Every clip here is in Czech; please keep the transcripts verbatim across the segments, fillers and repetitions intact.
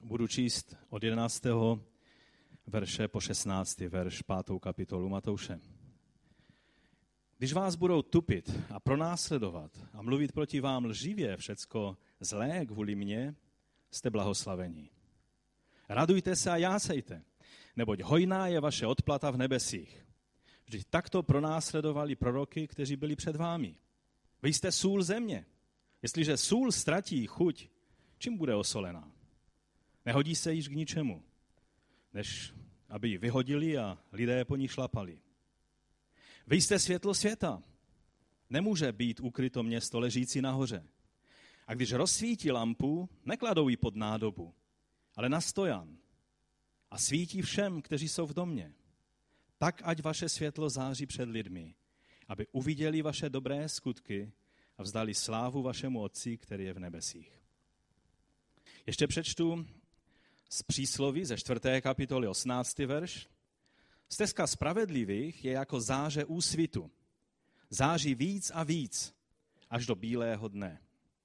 budu číst od jedenáctého verše po šestnáctý verš, pátou kapitolu Matouše. Když vás budou tupit a pronásledovat a mluvit proti vám lživě všecko zlé kvůli mně, jste blahoslavení. Radujte se a jásejte, neboť hojná je vaše odplata v nebesích. Vždyť takto pronásledovali proroky, kteří byli před vámi. Vy jste sůl země. Jestliže sůl ztratí chuť, čím bude osolená? Nehodí se již k ničemu, než aby ji vyhodili a lidé po ní šlapali. Vy jste světlo světa. Nemůže být ukryto město ležící nahoře. A když rozsvítí lampu, nekladou ji pod nádobu, ale na stojan. A svítí všem, kteří jsou v domě. Tak ať vaše světlo září před lidmi, aby uviděli vaše dobré skutky a vzdali slávu vašemu Otci, který je v nebesích. Ještě přečtu z přísloví ze čtvrté kapitoly osmnáctý verš. Stezka spravedlivých je jako záře úsvitu. Září víc a víc, až do bílého dne.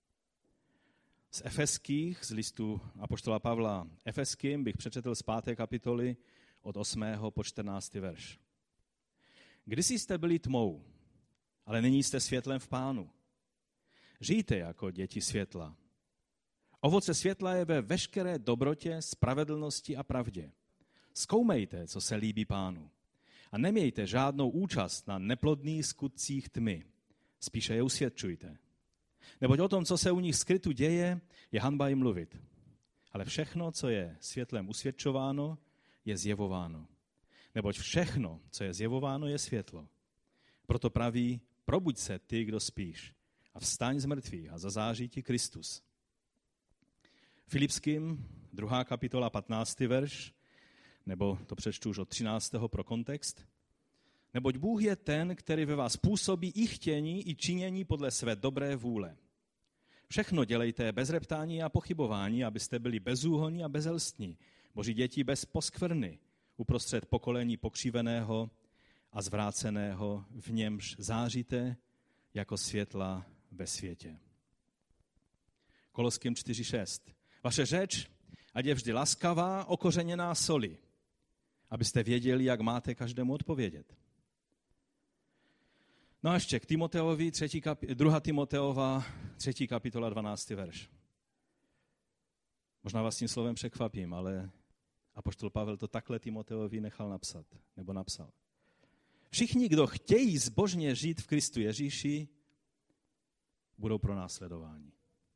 Z Efeských, z listu apoštola Pavla Efeským, bych přečetl z páté kapitoly od osmého po čtrnáctý verš. Kdysi jste byli tmou, ale nyní jste světlem v Pánu. Žijte jako děti světla. Ovoce světla je ve veškeré dobrotě, spravedlnosti a pravdě. Zkoumejte, co se líbí Pánu. A nemějte žádnou účast na neplodných skutcích tmy. Spíše je usvědčujte. Neboť o tom, co se u nich skrytu děje, je hanba jim mluvit. Ale všechno, co je světlem usvědčováno, je zjevováno. Neboť všechno, co je zjevováno, je světlo. Proto praví, probuď se ty, kdo spíš, a vstaň z mrtvých a zazáří ti Kristus. Filipským, druhá kapitola, patnáctý verš, nebo to přečtu už od třináctého pro kontext. Neboť Bůh je ten, který ve vás působí i chtění, i činění podle své dobré vůle. Všechno dělejte bez reptání a pochybování, abyste byli bezúhonní a bezelstní, Boží děti bez poskvrny, uprostřed pokolení pokřiveného a zvráceného, v němž záříte jako světla ve světě. Koloským čtyři šest. Vaše řeč, ať je vždy laskavá, okořeněná soli, abyste věděli, jak máte každému odpovědět. No a ještě k Timoteovi, třetí kapi- druhá Timoteova, třetí kapitola, dvanáctý verš. Možná vás tím slovem překvapím, ale apoštol Pavel to takhle Timoteovi nechal napsat, nebo napsal. Všichni, kdo chtějí zbožně žít v Kristu Ježíši, budou pronásledováni.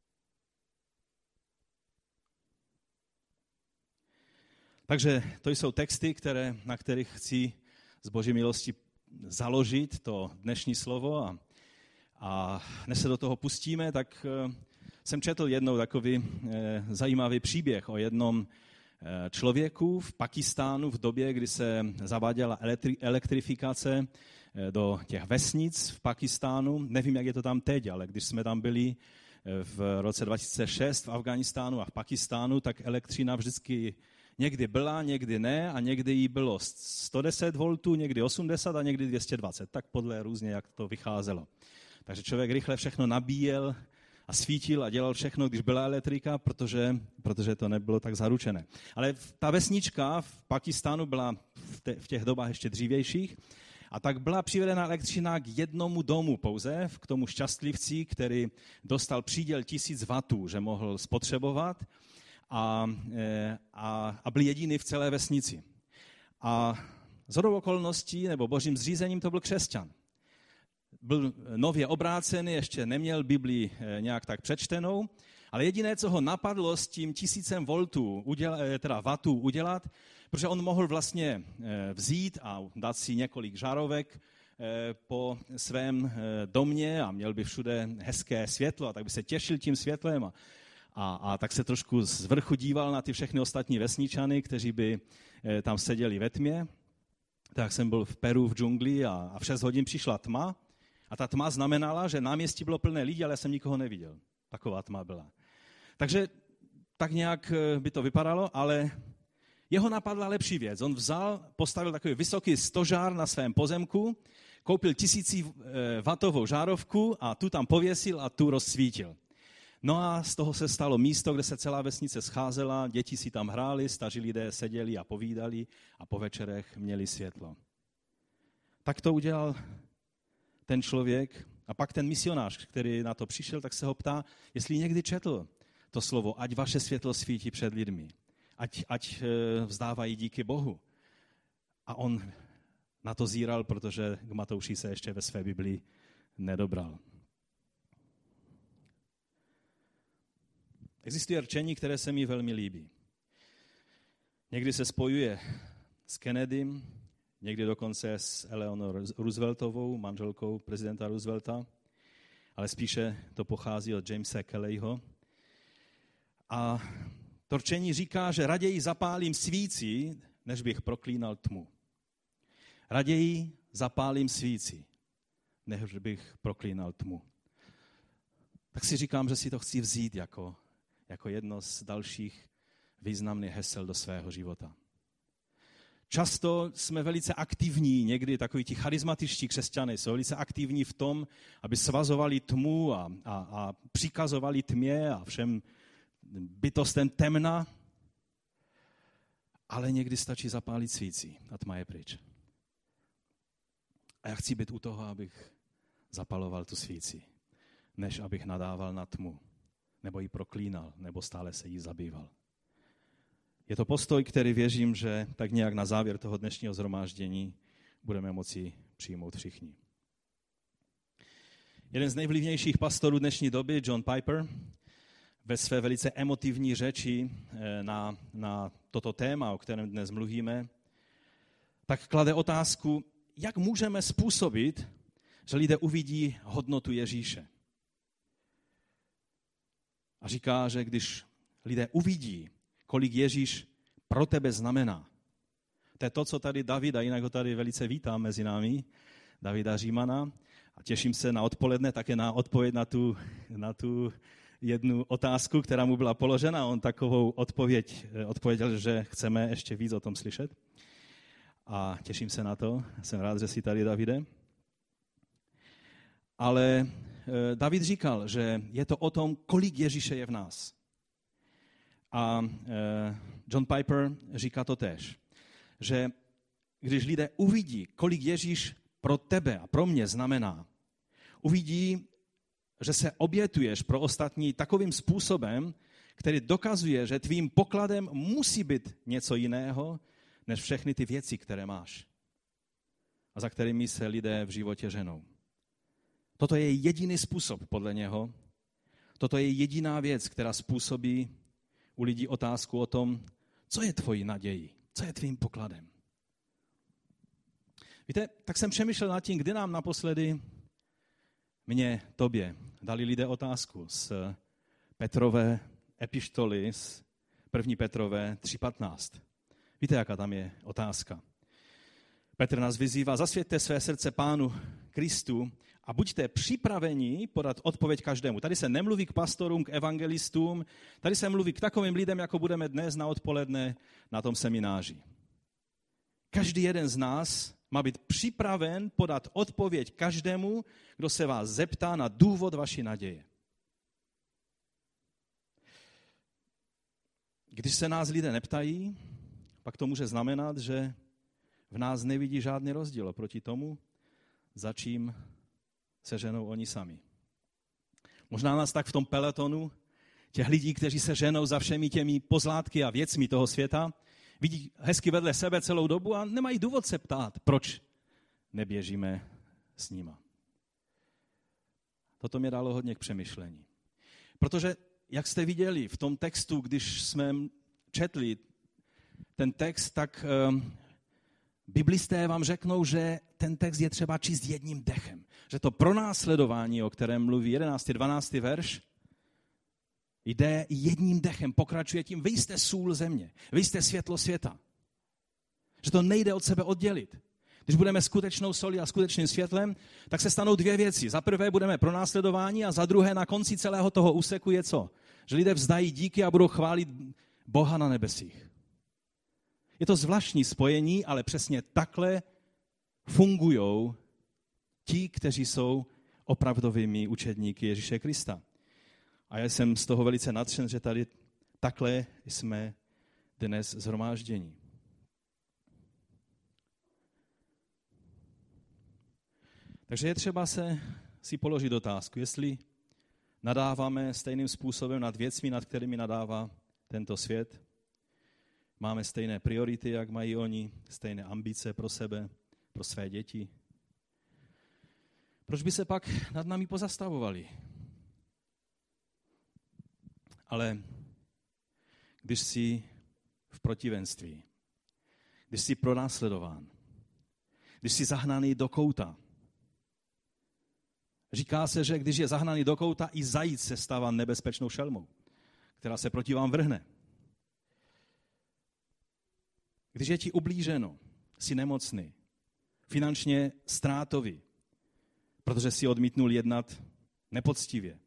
Takže to jsou texty, které, na kterých chci z Boží milosti založit to dnešní slovo a, a než se do toho pustíme, tak uh, jsem četl jednou takový uh, zajímavý příběh o jednom uh, člověku v Pakistánu v době, kdy se zaváděla elektri- elektrifikace uh, do těch vesnic v Pakistánu. Nevím, jak je to tam teď, ale když jsme tam byli uh, v roce dva tisíce šest v Afghánistánu a v Pakistánu, tak elektřina vždycky někdy byla, někdy ne a někdy jí bylo sto deset voltů, někdy osmdesát a někdy dvě stě dvacet. Tak podle různě, jak to vycházelo. Takže člověk rychle všechno nabíjel a svítil a dělal všechno, když byla elektrika, protože, protože to nebylo tak zaručené. Ale ta vesnička v Pakistánu byla v, te, v těch dobách ještě dřívějších a tak byla přivedena elektřina k jednomu domu pouze, k tomu šťastlivci, který dostal příděl tisíc wattů, že mohl spotřebovat. A, a, a byl jediný v celé vesnici. A shodou okolností nebo božím zřízením to byl křesťan. Byl nově obrácený, ještě neměl Biblii nějak tak přečtenou, ale jediné, co ho napadlo s tím tisícem voltů, udělat, teda wattů udělat, protože on mohl vlastně vzít a dát si několik žárovek po svém domě a měl by všude hezké světlo a tak by se těšil tím světlem a A, a tak se trošku z vrchu díval na ty všechny ostatní vesničany, kteří by e, tam seděli ve tmě. Tak jsem byl v Peru v džungli a, a v šest hodin přišla tma. A ta tma znamenala, že náměstí bylo plné lidí, ale já jsem nikoho neviděl. Taková tma byla. Takže tak nějak by to vypadalo, ale jeho napadla lepší věc. On vzal, postavil takový vysoký stožár na svém pozemku, koupil tisíci vatovou žárovku a tu tam pověsil a tu rozsvítil. No a z toho se stalo místo, kde se celá vesnice scházela, děti si tam hráli, staří lidé seděli a povídali a po večerech měli světlo. Tak to udělal ten člověk a pak ten misionář, který na to přišel, tak se ho ptá, jestli někdy četl to slovo, ať vaše světlo svítí před lidmi, ať, ať vzdávají díky Bohu. A on na to zíral, protože k Matouši se ještě ve své Biblii nedobral. Existuje rčení, které se mi velmi líbí. Někdy se spojuje s Kennedym, někdy dokonce s Eleanor Rooseveltovou, manželkou prezidenta Roosevelta, ale spíše to pochází od Jamesa Kellyho. A to rčení říká, že raději zapálím svíci, než bych proklínal tmu. Raději zapálím svíci, než bych proklínal tmu. Tak si říkám, že si to chci vzít jako, jako jedno z dalších významných hesel do svého života. Často jsme velice aktivní, někdy takoví ti charismatičtí křesťané jsou velice aktivní v tom, aby svazovali tmu a, a, a přikazovali tmě a všem bytostem temna, ale někdy stačí zapálit svíci a tma je pryč. A já chci být u toho, abych zapaloval tu svíci, než abych nadával na tmu, nebo ji proklínal, nebo stále se jí zabýval. Je to postoj, který věřím, že tak nějak na závěr toho dnešního shromáždění budeme moci přijmout všichni. Jeden z nejvlivnějších pastorů dnešní doby, John Piper, ve své velice emotivní řeči na, na toto téma, o kterém dnes mluvíme, tak klade otázku, jak můžeme způsobit, že lidé uvidí hodnotu Ježíše. A říká, že když lidé uvidí, kolik Ježíš pro tebe znamená. To je to, co tady Davida, jinak ho tady velice vítám mezi námi, Davida Římana, a těším se na odpoledne také na odpověď na tu, na tu jednu otázku, která mu byla položena. On takovou odpověď odpověděl, že chceme ještě víc o tom slyšet. A těším se na to. Jsem rád, že jsi tady, Davide. Ale David říkal, že je to o tom, kolik Ježíše je v nás. A John Piper říká to též, že když lidé uvidí, kolik Ježíš pro tebe a pro mě znamená, uvidí, že se obětuješ pro ostatní takovým způsobem, který dokazuje, že tvým pokladem musí být něco jiného, než všechny ty věci, které máš a za kterými se lidé v životě ženou. Toto je jediný způsob, podle něho. Toto je jediná věc, která způsobí u lidí otázku o tom, co je tvojí nadějí, co je tvým pokladem. Víte, tak jsem přemýšlel nad tím, kdy nám naposledy mně, tobě, dali lidé otázku z Petrové epištoly, z první Petrové tři patnáct. Víte, jaká tam je otázka? Petr nás vyzývá, zasvěťte své srdce Pánu Kristu a buďte připraveni podat odpověď každému. Tady se nemluví k pastorům, k evangelistům, tady se mluví k takovým lidem, jako budeme dnes na odpoledne na tom semináři. Každý jeden z nás má být připraven podat odpověď každému, kdo se vás zeptá na důvod vaší naděje. Když se nás lidé neptají, pak to může znamenat, že v nás nevidí žádný rozdíl oproti tomu, za čím se ženou oni sami. Možná nás tak v tom peletonu, těch lidí, kteří se ženou za všemi těmi pozlátky a věcmi toho světa, vidí hezky vedle sebe celou dobu a nemají důvod se ptát, proč neběžíme s nima. Toto mě dalo hodně k přemýšlení. Protože, jak jste viděli v tom textu, když jsme četli ten text, tak um, biblisté vám řeknou, že ten text je třeba číst jedním dechem. Že to pronásledování, o kterém mluví jedenáctý dvanáctý verš, jde jedním dechem, pokračuje tím, vy jste sůl země, vy jste světlo světa. Že to nejde od sebe oddělit. Když budeme skutečnou solí a skutečným světlem, tak se stanou dvě věci. Za prvé budeme pronásledováni a za druhé na konci celého toho úseku je co? Že lidé vzdají díky a budou chválit Boha na nebesích. Je to zvláštní spojení, ale přesně takhle fungují ti, kteří jsou opravdovými učedníky Ježíše Krista. A já jsem z toho velice nadšen, že tady takhle jsme dnes shromáždění. Takže je třeba se si položit otázku, jestli nadáváme stejným způsobem nad věcmi, nad kterými nadává tento svět. Máme stejné priority, jak mají oni, stejné ambice pro sebe, pro své děti. Proč by se pak nad námi pozastavovali? Ale když jsi v protivenství, když jsi pronásledován, když jsi zahnaný do kouta, říká se, že když je zahnaný do kouta, i zajíc se stává nebezpečnou šelmou, která se proti vám vrhne. Když je ti ublíženo, jsi nemocný, finančně ztrátový, protože si odmítnul jednat nepoctivě.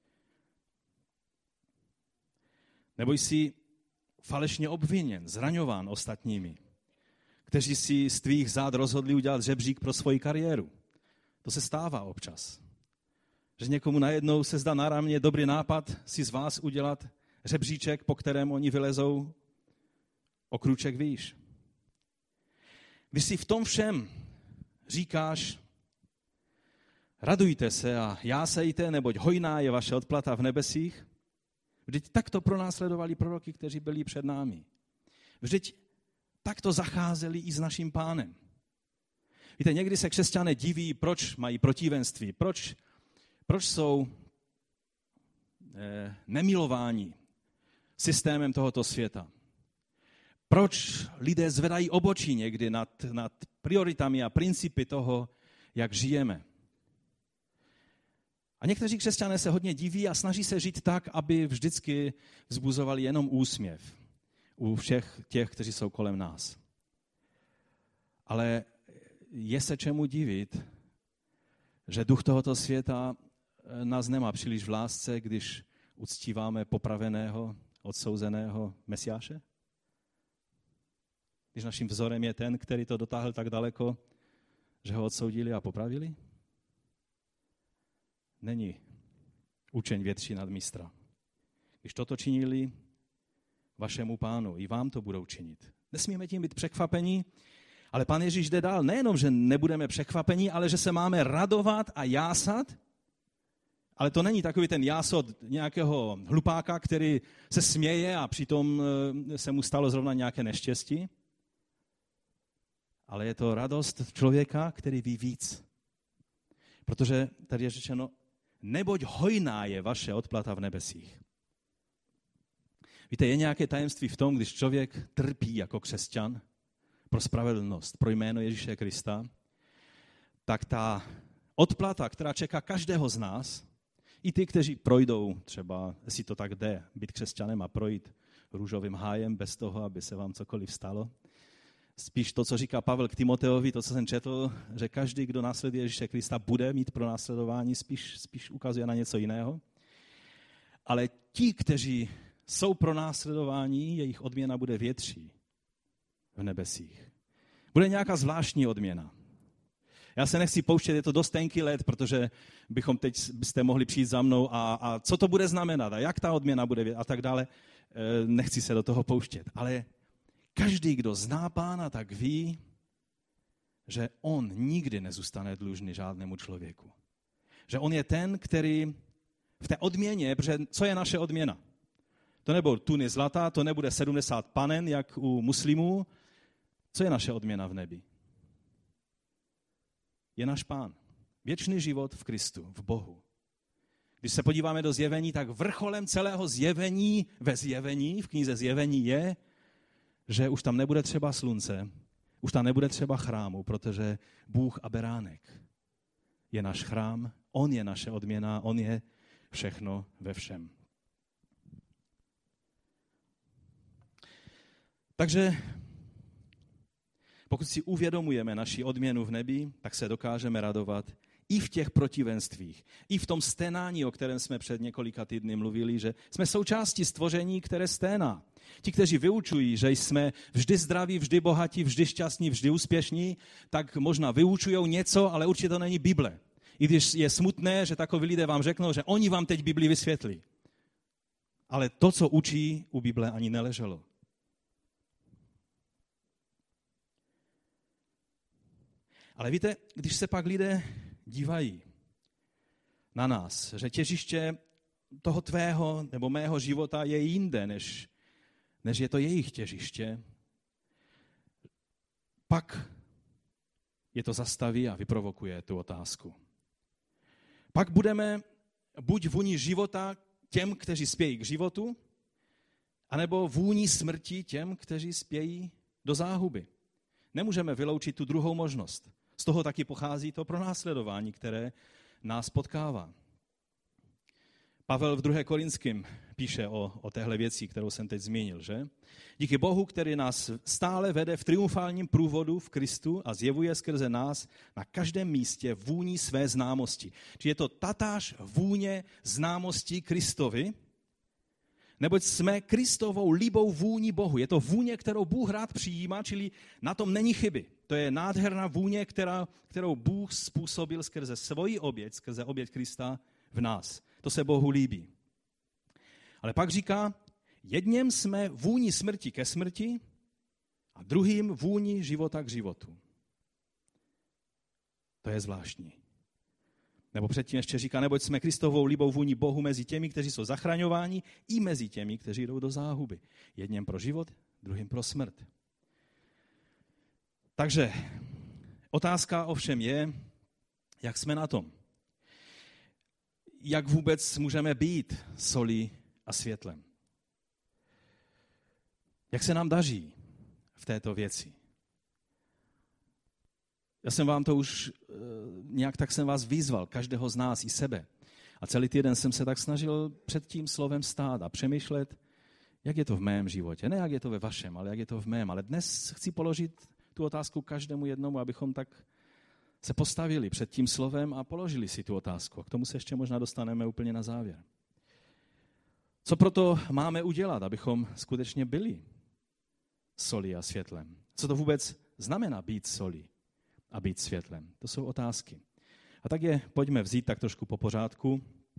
Nebo jsi falešně obviněn, zraňován ostatními, kteří si z tvých zád rozhodli udělat žebřík pro svoji kariéru. To se stává občas. Že někomu najednou se zdá náramně dobrý nápad si z vás udělat žebříček, po kterém oni vylezou o krůček výš. Když si v tom všem říkáš, radujte se a jásejte, neboť hojná je vaše odplata v nebesích, vždyť takto pronásledovali proroky, kteří byli před námi. Vždyť takto zacházeli i s naším Pánem. Víte, někdy se křesťané diví, proč mají protivenství, proč, proč jsou eh, nemilováni systémem tohoto světa. Proč lidé zvedají obočí někdy nad, nad prioritami a principy toho, jak žijeme. A někteří křesťané se hodně diví a snaží se žít tak, aby vždycky vzbuzovali jenom úsměv u všech těch, kteří jsou kolem nás. Ale je se čemu divit, že duch tohoto světa nás nemá příliš v lásce, když uctíváme popraveného, odsouzeného Mesiáše? Když naším vzorem je ten, který to dotáhl tak daleko, že ho odsoudili a popravili? Není učeň větší nad mistra. Když toto činili vašemu Pánu, i vám to budou činit. Nesmíme tím být překvapení, ale Pán Ježíš jde dál. Nejenom, že nebudeme překvapení, ale že se máme radovat a jásat. Ale to není takový ten jásot nějakého hlupáka, který se směje a přitom se mu stalo zrovna nějaké neštěstí. Ale je to radost člověka, který ví víc. Protože tady je řečeno, neboť hojná je vaše odplata v nebesích. Víte, je nějaké tajemství v tom, když člověk trpí jako křesťan pro spravedlnost, pro jméno Ježíše Krista, tak ta odplata, která čeká každého z nás, i ty, kteří projdou, třeba, jestli to tak jde, být křesťanem a projít růžovým hájem bez toho, aby se vám cokoliv stalo. Spíš to, co říká Pavel k Timoteovi, to, co jsem četl, že každý, kdo následuje Ježíše Krista, bude mít pronásledování, spíš, spíš ukazuje na něco jiného. Ale ti, kteří jsou pronásledováni, jejich odměna bude větší v nebesích. Bude nějaká zvláštní odměna. Já se nechci pouštět, je to dost tenký let, protože bychom teď byste mohli přijít za mnou a, a co to bude znamenat a jak ta odměna bude a tak dále. Nechci se do toho pouštět, ale každý, kdo zná Pána, tak ví, že on nikdy nezůstane dlužný žádnému člověku. Že on je ten, který v té odměně, protože co je naše odměna? To nebyl tuny zlata, to nebude sedmdesát panen, jak u muslimů. Co je naše odměna v nebi? Je náš Pán. Věčný život v Kristu, v Bohu. Když se podíváme do zjevení, tak vrcholem celého zjevení ve zjevení, v knize Zjevení je, že už tam nebude třeba slunce, už tam nebude třeba chrámu, protože Bůh a beránek je náš chrám, on je naše odměna, on je všechno ve všem. Takže pokud si uvědomujeme naši odměnu v nebi, tak se dokážeme radovat i v těch protivenstvích, i v tom sténání, o kterém jsme před několika týdny mluvili, že jsme součástí stvoření, které sténá. Ti, kteří vyučují, že jsme vždy zdraví, vždy bohatí, vždy šťastní, vždy úspěšní, tak možná vyučují něco, ale určitě to není Bible. I když je smutné, že takoví lidé vám řeknou, že oni vám teď Bibli vysvětlí. ale to, co učí, u Bible ani neleželo. Ale víte, když se pak lidé dívají na nás, že těžiště toho tvého nebo mého života je jinde, než, než je to jejich těžiště, pak je to zastaví a vyprovokuje tu otázku. Pak budeme buď vůni života těm, kteří spějí k životu, anebo vůni smrti těm, kteří spějí do záhuby. Nemůžeme vyloučit tu druhou možnost. Z toho taky pochází to pronásledování, které nás potkává. Pavel v druhém Korinským píše o, o téhle věci, kterou jsem teď zmínil, že? Díky Bohu, který nás stále vede v triumfálním průvodu v Kristu a zjevuje skrze nás na každém místě vůni své známosti. Či je to tatáž vůně známosti Kristovi, neboť jsme Kristovou líbou vůni Bohu. Je to vůně, kterou Bůh rád přijímá, čili na tom není chyby. To je nádherná vůně, která, kterou Bůh způsobil skrze svoji oběť, skrze oběť Krista v nás. To se Bohu líbí. Ale pak říká, jedním jsme vůni smrti ke smrti a druhým vůni života k životu. To je zvláštní. Nebo předtím ještě říká, neboť jsme Kristovou líbou vůni Bohu mezi těmi, kteří jsou zachraňováni, i mezi těmi, kteří jdou do záhuby. Jedním pro život, druhým pro smrt. Takže otázka ovšem je, jak jsme na tom. Jak vůbec můžeme být solí a světlem? Jak se nám daří v této věci? Já jsem vám to už nějak tak jsem vás vyzval, každého z nás i sebe. A celý týden jsem se tak snažil před tím slovem stát a přemýšlet, jak je to v mém životě. Ne jak je to ve vašem, ale jak je to v mém. Ale dnes chci položit tu otázku každému jednomu, abychom tak se postavili před tím slovem a položili si tu otázku. K tomu se ještě možná dostaneme úplně na závěr. Co proto máme udělat, abychom skutečně byli solí a světlem? Co to vůbec znamená být solí a být světlem? To jsou otázky. A tak je pojďme vzít tak trošku po pořádku.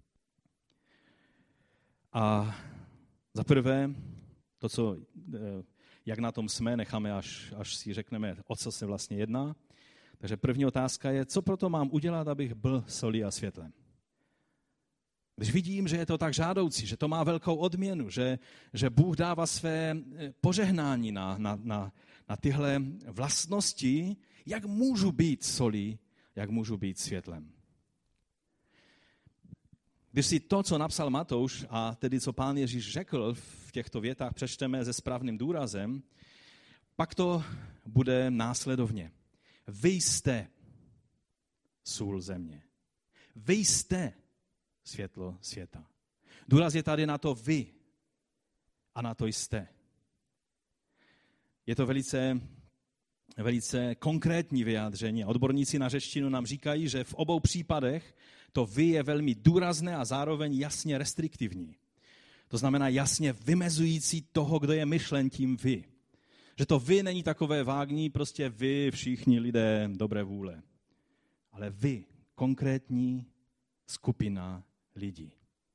A za prvé, to, co, jak na tom jsme, necháme, až, až si řekneme, o co se vlastně jedná. Takže první otázka je, co proto mám udělat, abych byl solí a světlem? Když vidím, že je to tak žádoucí, že to má velkou odměnu, že, že Bůh dává své požehnání na, na, na, na tyhle vlastnosti, jak můžu být solí, jak můžu být světlem? Když si to, co napsal Matouš, a tedy co Pán Ježíš řekl v těchto větách, přečteme se správným důrazem, pak to bude následovně. Vy jste sůl země. Vy jste světlo světa. Důraz je tady na to vy a na to jste. Je to velice, velice konkrétní vyjádření. Odborníci na řečtinu nám říkají, že v obou případech to vy je velmi důrazné a zároveň jasně restriktivní. To znamená jasně vymezující toho, kdo je myšlen tím vy. Že to vy není takové vágní, prostě vy všichni lidé dobré vůle. Ale vy, konkrétní skupina lidí.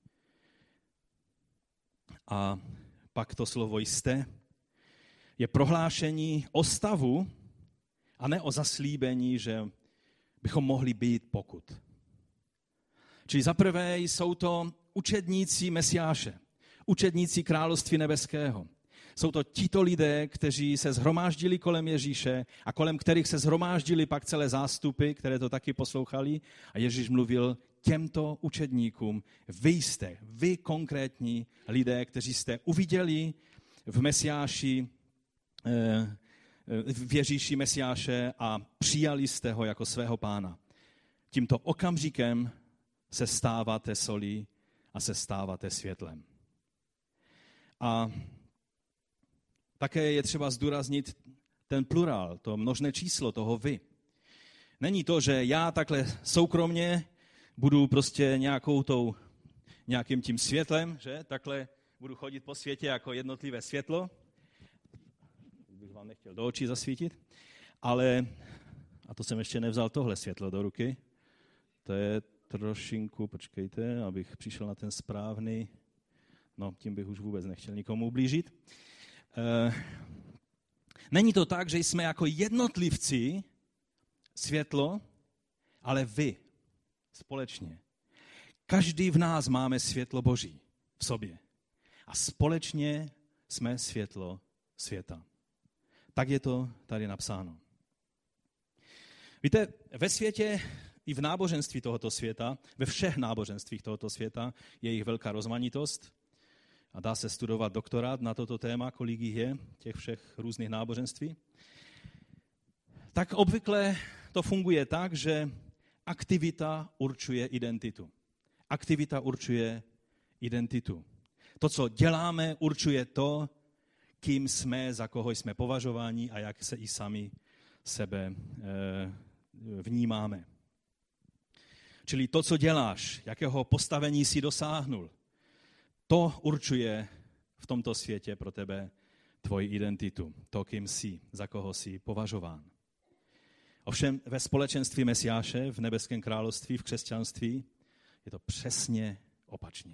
A pak to slovo jste je prohlášení o stavu a ne o zaslíbení, že bychom mohli být pokud. Čili zaprvé jsou to učedníci Mesiáše, učedníci království nebeského. Jsou to tito lidé, kteří se shromáždili kolem Ježíše a kolem kterých se shromáždili pak celé zástupy, které to taky poslouchali. A Ježíš mluvil těmto učedníkům, vy jste, vy konkrétní lidé, kteří jste uviděli v Mesiáši, v Ježíši Mesiáše a přijali jste ho jako svého pána. Tímto okamžikem se stáváte solí a se stáváte světlem. A také je třeba zdůraznit ten plurál, to množné číslo toho vy. Není to, že já takhle soukromně budu prostě nějakou tou, nějakým tím světlem, že takhle budu chodit po světě jako jednotlivé světlo. Bych vám nechtěl do očí zasvítit, ale, a to jsem ještě nevzal tohle světlo do ruky, to je trošinku, počkejte, abych přišel na ten správný, No, tím bych už vůbec nechtěl nikomu ublížit. E, není to tak, že jsme jako jednotlivci světlo, ale vy společně. Každý v nás máme světlo Boží v sobě. A společně jsme světlo světa. Tak je to tady napsáno. Víte, ve světě i v náboženství tohoto světa, ve všech náboženstvích tohoto světa je jich velká rozmanitost a dá se studovat doktorát na toto téma, kolik jich je, těch všech různých náboženství. Tak obvykle to funguje tak, že aktivita určuje identitu. Aktivita určuje identitu. To, co děláme, určuje to, kým jsme, za koho jsme považováni a jak se i sami sebe vnímáme. Čili to, co děláš, jakého postavení jsi dosáhnul, to určuje v tomto světě pro tebe tvoji identitu, to, kým jsi, za koho jsi považován. Ovšem ve společenství Mesiáše, v nebeském království, v křesťanství, je to přesně opačně.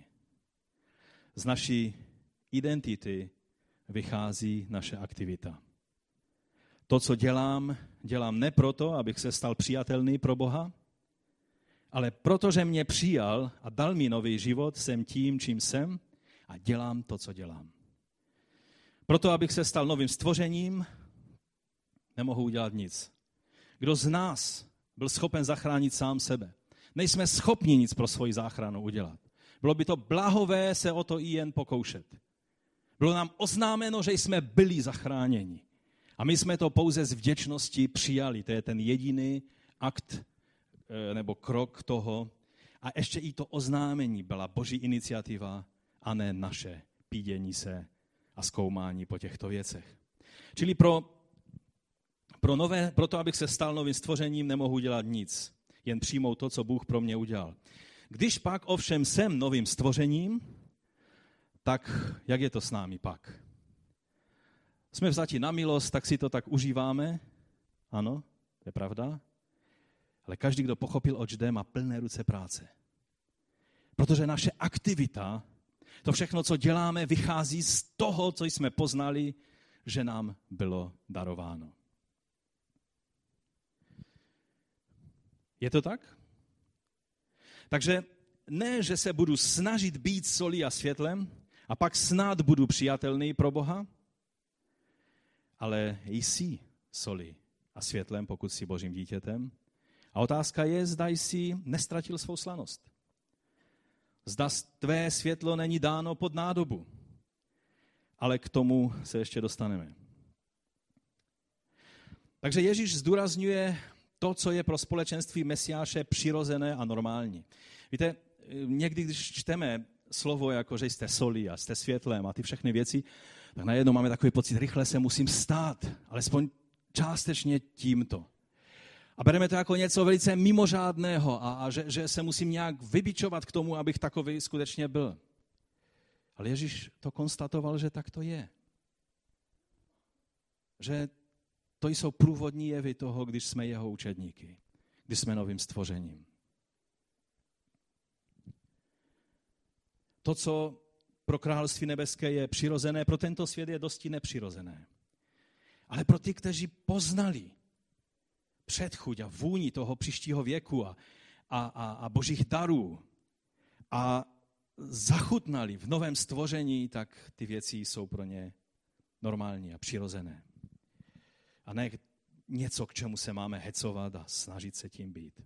Z naší identity vychází naše aktivita. To, co dělám, dělám ne proto, abych se stal přijatelný pro Boha, ale protože mě přijal a dal mi nový život, jsem tím, čím jsem a dělám to, co dělám. Proto, abych se stal novým stvořením, nemohu udělat nic. Kdo z nás byl schopen zachránit sám sebe? Nejsme schopni nic pro svoji záchranu udělat. Bylo by to blahové se o to i jen pokoušet. Bylo nám oznámeno, že jsme byli zachráněni. A my jsme to pouze z vděčnosti přijali. To je ten jediný akt nebo krok toho. A ještě i to oznámení byla Boží iniciativa a ne naše pídění se a zkoumání po těchto věcech. Čili pro, pro, nové, pro to, abych se stal novým stvořením, nemohu dělat nic. Jen přijmout to, co Bůh pro mě udělal. Když pak ovšem jsem novým stvořením, tak jak je to s námi pak? Jsme vzati na milost, tak si to tak užíváme. Ano, to je pravda. Ale každý, kdo pochopil, oč jde, má plné ruce práce. Protože naše aktivita, to všechno, co děláme, vychází z toho, co jsme poznali, že nám bylo darováno. Je to tak? Takže ne, že se budu snažit být solí a světlem a pak snad budu přijatelný pro Boha, ale jsi solí a světlem, pokud jsi Božím dítětem. A otázka je, zda jsi nestratil svou slanost. Zda tvé světlo není dáno pod nádobu. Ale k tomu se ještě dostaneme. Takže Ježíš zdůrazňuje to, co je pro společenství Mesiáše přirozené a normální. Víte, někdy, když čteme slovo, jako že jste solí a jste světlem a ty všechny věci, tak najednou máme takový pocit, rychle se musím stát, alespoň částečně tímto. A bereme to jako něco velice mimořádného a, a že, že se musím nějak vybičovat k tomu, abych takový skutečně byl. Ale Ježíš to konstatoval, že tak to je. Že to jsou průvodní jevy toho, když jsme jeho učedníky, když jsme novým stvořením. To, co pro království nebeské je přirozené, pro tento svět je dosti nepřirozené. Ale pro ty, kteří poznali předchuť a vůni toho příštího věku a, a, a, a božích darů a zachutnali v novém stvoření, tak ty věci jsou pro ně normální a přirozené. A ne něco, k čemu se máme hecovat a snažit se tím být.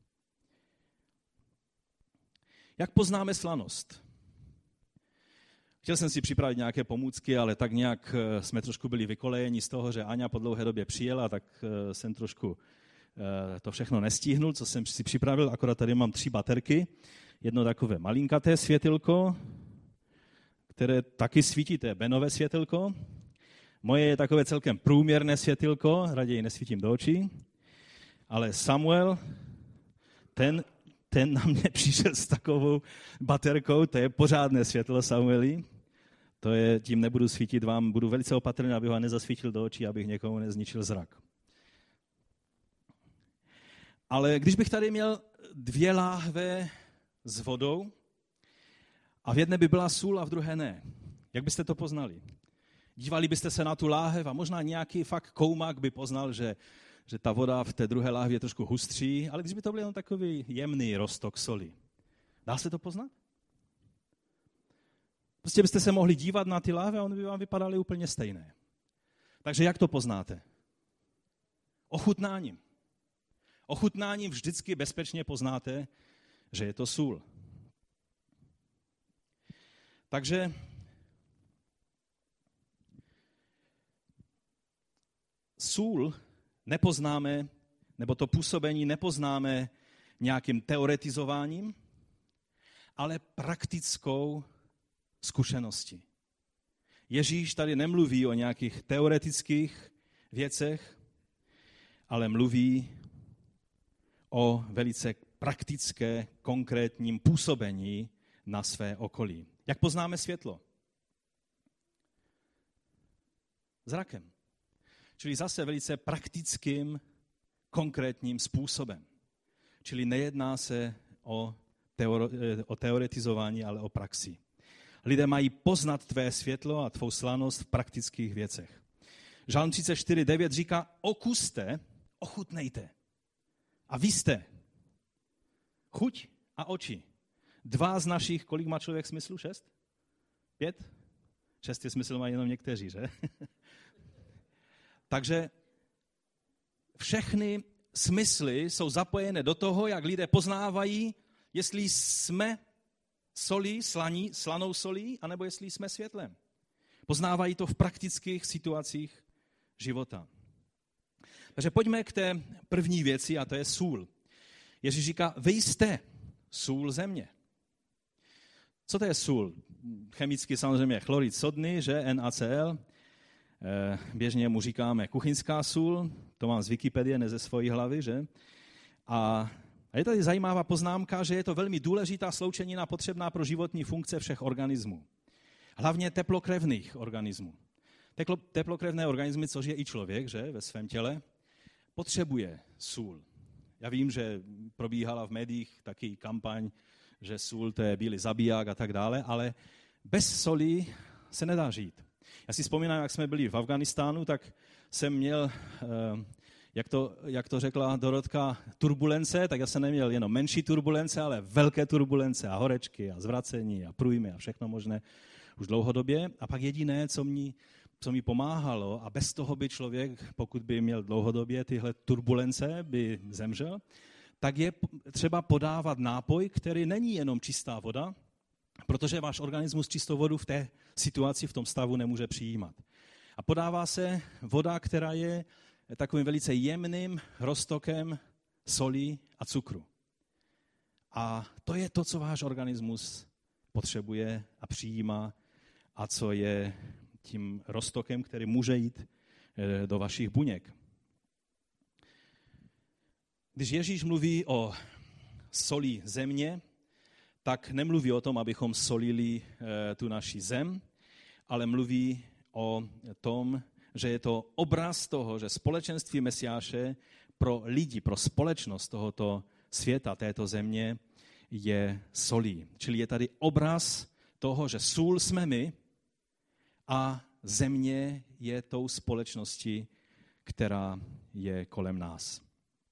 Jak poznáme slanost? Chtěl jsem si připravit nějaké pomůcky, ale tak nějak jsme trošku byli vykolejeni z toho, že Aňa po dlouhé době přijela, tak jsem trošku to všechno nestihnul, co jsem si připravil. Akorát tady mám tři baterky. Jedno takové malinkaté světilko, které taky svítí, to je benové světilko. Moje je takové celkem průměrné světilko, raději nesvítím do očí. Ale Samuel, ten, ten na mě přišel s takovou baterkou, to je pořádné světlo, Samueli. To je, tím nebudu svítit vám, budu velice opatrný, abych ho nezasvítil do očí, abych někomu nezničil zrak. Ale když bych tady měl dvě láhve s vodou a v jedné by byla sůl a v druhé ne, Jak byste to poznali? Dívali byste se na tu láhev a možná nějaký fakt koumák by poznal, že, že ta voda v té druhé láhvi je trošku hustší, ale když by to byl jen takový jemný roztok soli. Dá se to poznat? Prostě byste se mohli dívat na ty láhve a oni by vám vypadaly úplně stejné. Takže jak to poznáte? Ochutnáním. Ochutnáním vždycky bezpečně poznáte, že je to sůl. Takže sůl nepoznáme, nebo to působení nepoznáme nějakým teoretizováním, ale praktickou zkušeností. Ježíš tady nemluví o nějakých teoretických věcech, ale mluví o velice praktické, konkrétním působení na své okolí. Jak poznáme světlo? Zrakem. Čili zase velice praktickým, konkrétním způsobem. Čili nejedná se o, teoro, o teoretizování, ale o praxi. Lidé mají poznat tvé světlo a tvou slanost v praktických věcech. Žalm třicet čtyři devět říká, okuste, ochutnejte. A vy jste chuť a oči. Dva z našich, kolik má člověk smyslu? Šest? Pět? Šest je smysl mají jenom někteří, že? Takže všechny smysly jsou zapojené do toho, jak lidé poznávají, jestli jsme solí, slaní, slanou solí, anebo jestli jsme světlem. Poznávají to v praktických situacích života. Takže pojďme k té první věci, a to je sůl. Ježíš říká, vy jste sůl země. Co to je sůl? Chemicky samozřejmě chlorid sodný, že N A C L. Běžně mu říkáme kuchyňská sůl, to mám z Wikipedie, ne ze svojí hlavy, že? A je tady zajímavá poznámka, že je to velmi důležitá sloučenina potřebná pro životní funkce všech organismů. Hlavně teplokrevných organismů. Teklo, teplokrevné organismy, což je i člověk, že, ve svém těle, potřebuje sůl. Já vím, že probíhala v médiích taky kampaň, že sůl to je bílý zabiják a tak dále, ale bez soli se nedá žít. Já si vzpomínám, jak jsme byli v Afghánistánu, tak jsem měl, jak to, jak to řekla Dorotka, turbulence, tak já jsem neměl jenom menší turbulence, ale velké turbulence a horečky a zvracení a průjmy a všechno možné už dlouhodobě. A pak jediné, co mi, co mi pomáhalo, a bez toho by člověk, pokud by měl dlouhodobě tyhle turbulence, by zemřel, tak je třeba podávat nápoj, který není jenom čistá voda, protože váš organismus čistou vodu v té situaci, v tom stavu nemůže přijímat. A podává se voda, která je takovým velice jemným roztokem soli a cukru. A to je to, co váš organismus potřebuje a přijímá a co je tím roztokem, který může jít do vašich buněk. Když Ježíš mluví o soli země, tak nemluví o tom, abychom solili tu naši zem, ale mluví o tom, že je to obraz toho, že společenství Mesiáše pro lidi, pro společnost tohoto světa, této země je solí. Čili je tady obraz toho, že sůl jsme my a země je tou společností, která je kolem nás.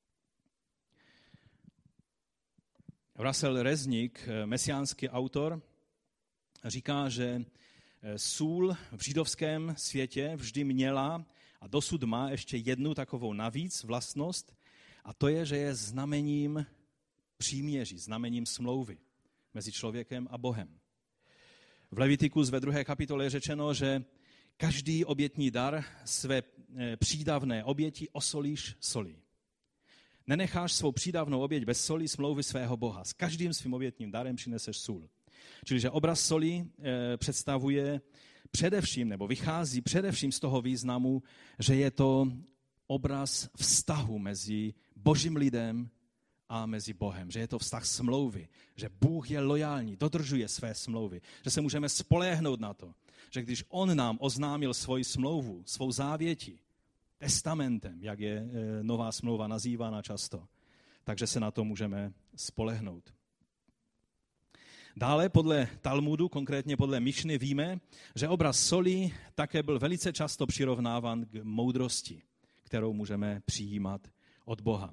Russell Rezník, mesiánský autor, říká, že sůl v židovském světě vždy měla a dosud má ještě jednu takovou navíc vlastnost, a to je, že je znamením příměří, znamením smlouvy mezi člověkem a Bohem. V Levitikus ve druhé kapitole je řečeno, že každý obětní dar své přídavné oběti osolíš solí. Nenecháš svou přídavnou oběť bez soli smlouvy svého Boha. S každým svým obětním darem přineseš sůl. Čili, že obraz soli e, představuje především, nebo vychází především z toho významu, že je to obraz vztahu mezi božím lidem a mezi Bohem. Že je to vztah smlouvy. Že Bůh je lojální, dodržuje své smlouvy. Že se můžeme spoléhnout na to, že když on nám oznámil svoji smlouvu, svou závěti, testamentem, jak je e, nová smlouva nazývána často, takže se na to můžeme spolehnout. Dále podle Talmudu, konkrétně podle Mišny, víme, že obraz soli také byl velice často přirovnáván k moudrosti, kterou můžeme přijímat od Boha.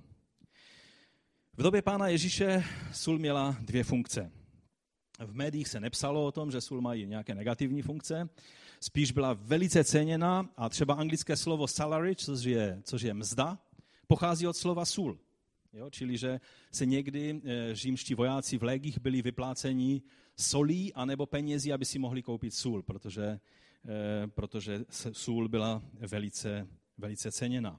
V době Pána Ježíše sůl měla dvě funkce. V médiích se nepsalo o tom, že sůl mají nějaké negativní funkce, spíš byla velice ceněna a třeba anglické slovo salary, což je, což je mzda, pochází od slova sůl. Jo, čili, že se někdy e, římští vojáci v légích byli vypláceni solí anebo penězi, aby si mohli koupit sůl, protože, e, protože sůl byla velice, velice ceněna.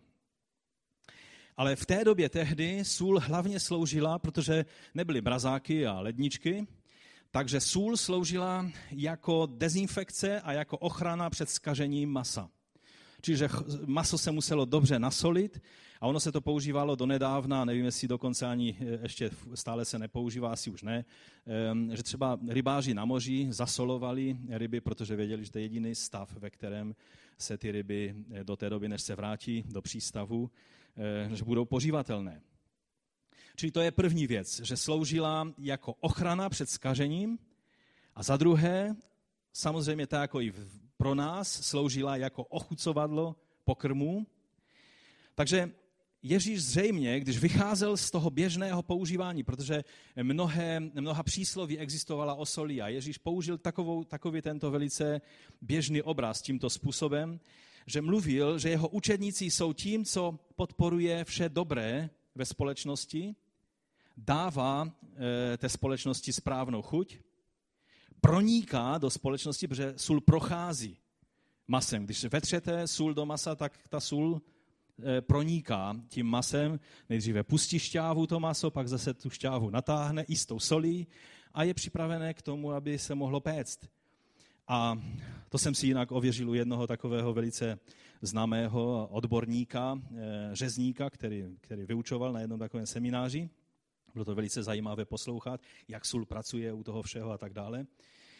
Ale v té době tehdy sůl hlavně sloužila, protože nebyly mrazáky a ledničky, takže sůl sloužila jako dezinfekce a jako ochrana před zkažením masa. Čiže maso se muselo dobře nasolit a ono se to používalo donedávna, nevím, jestli dokonce ani ještě stále se nepoužívá, asi už ne, že třeba rybáři na moři zasolovali ryby, protože věděli, že to je jediný stav, ve kterém se ty ryby do té doby, než se vrátí do přístavu, že budou požívatelné. Čili to je první věc, že sloužila jako ochrana před zkažením a za druhé, samozřejmě tak jako i pro nás, sloužila jako ochucovadlo pokrmů. Takže Ježíš zřejmě, když vycházel z toho běžného používání, protože mnohé, mnoha přísloví existovala o soli a Ježíš použil takovou, takový tento velice běžný obraz tímto způsobem, že mluvil, že jeho učedníci jsou tím, co podporuje vše dobré ve společnosti, dává e, té společnosti správnou chuť, proniká do společnosti, protože sůl prochází masem. Když vetřete sůl do masa, tak ta sůl e, proniká tím masem. Nejdříve pustí šťávu to maso, pak zase tu šťávu natáhne i s tou solí a je připravené k tomu, aby se mohlo péct. A to jsem si jinak ověřil u jednoho takového velice známého odborníka, e, řezníka, který, který vyučoval na jednom takovém semináři. Bylo to velice zajímavé poslouchat, jak sůl pracuje u toho všeho a tak dále.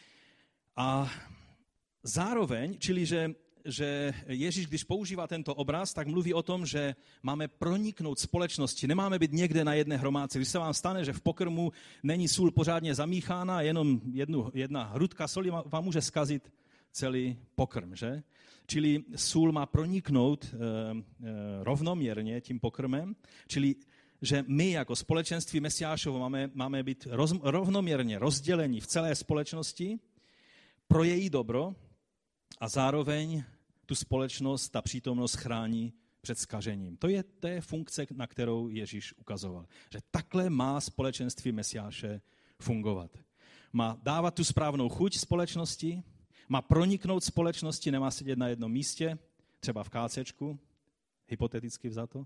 A zároveň, čili že, že Ježíš, když používá tento obraz, tak mluví o tom, že máme proniknout společnosti, nemáme být někde na jedné hromádce. Když se vám stane, že v pokrmu není sůl pořádně zamíchána, jenom jednu, jedna hrudka soli vám může zkazit celý pokrm, že? Čili sůl má proniknout e, e, rovnoměrně tím pokrmem, čili že my jako společenství Mesiášovo máme, máme být roz, rovnoměrně rozděleni v celé společnosti pro její dobro a zároveň tu společnost, ta přítomnost chrání před zkažením. To je, to je funkce, na kterou Ježíš ukazoval. Že takhle má společenství Mesiáše fungovat. Má dávat tu správnou chuť společnosti, má proniknout společnosti, nemá sedět na jednom místě, třeba v kácečku, hypoteticky vzato,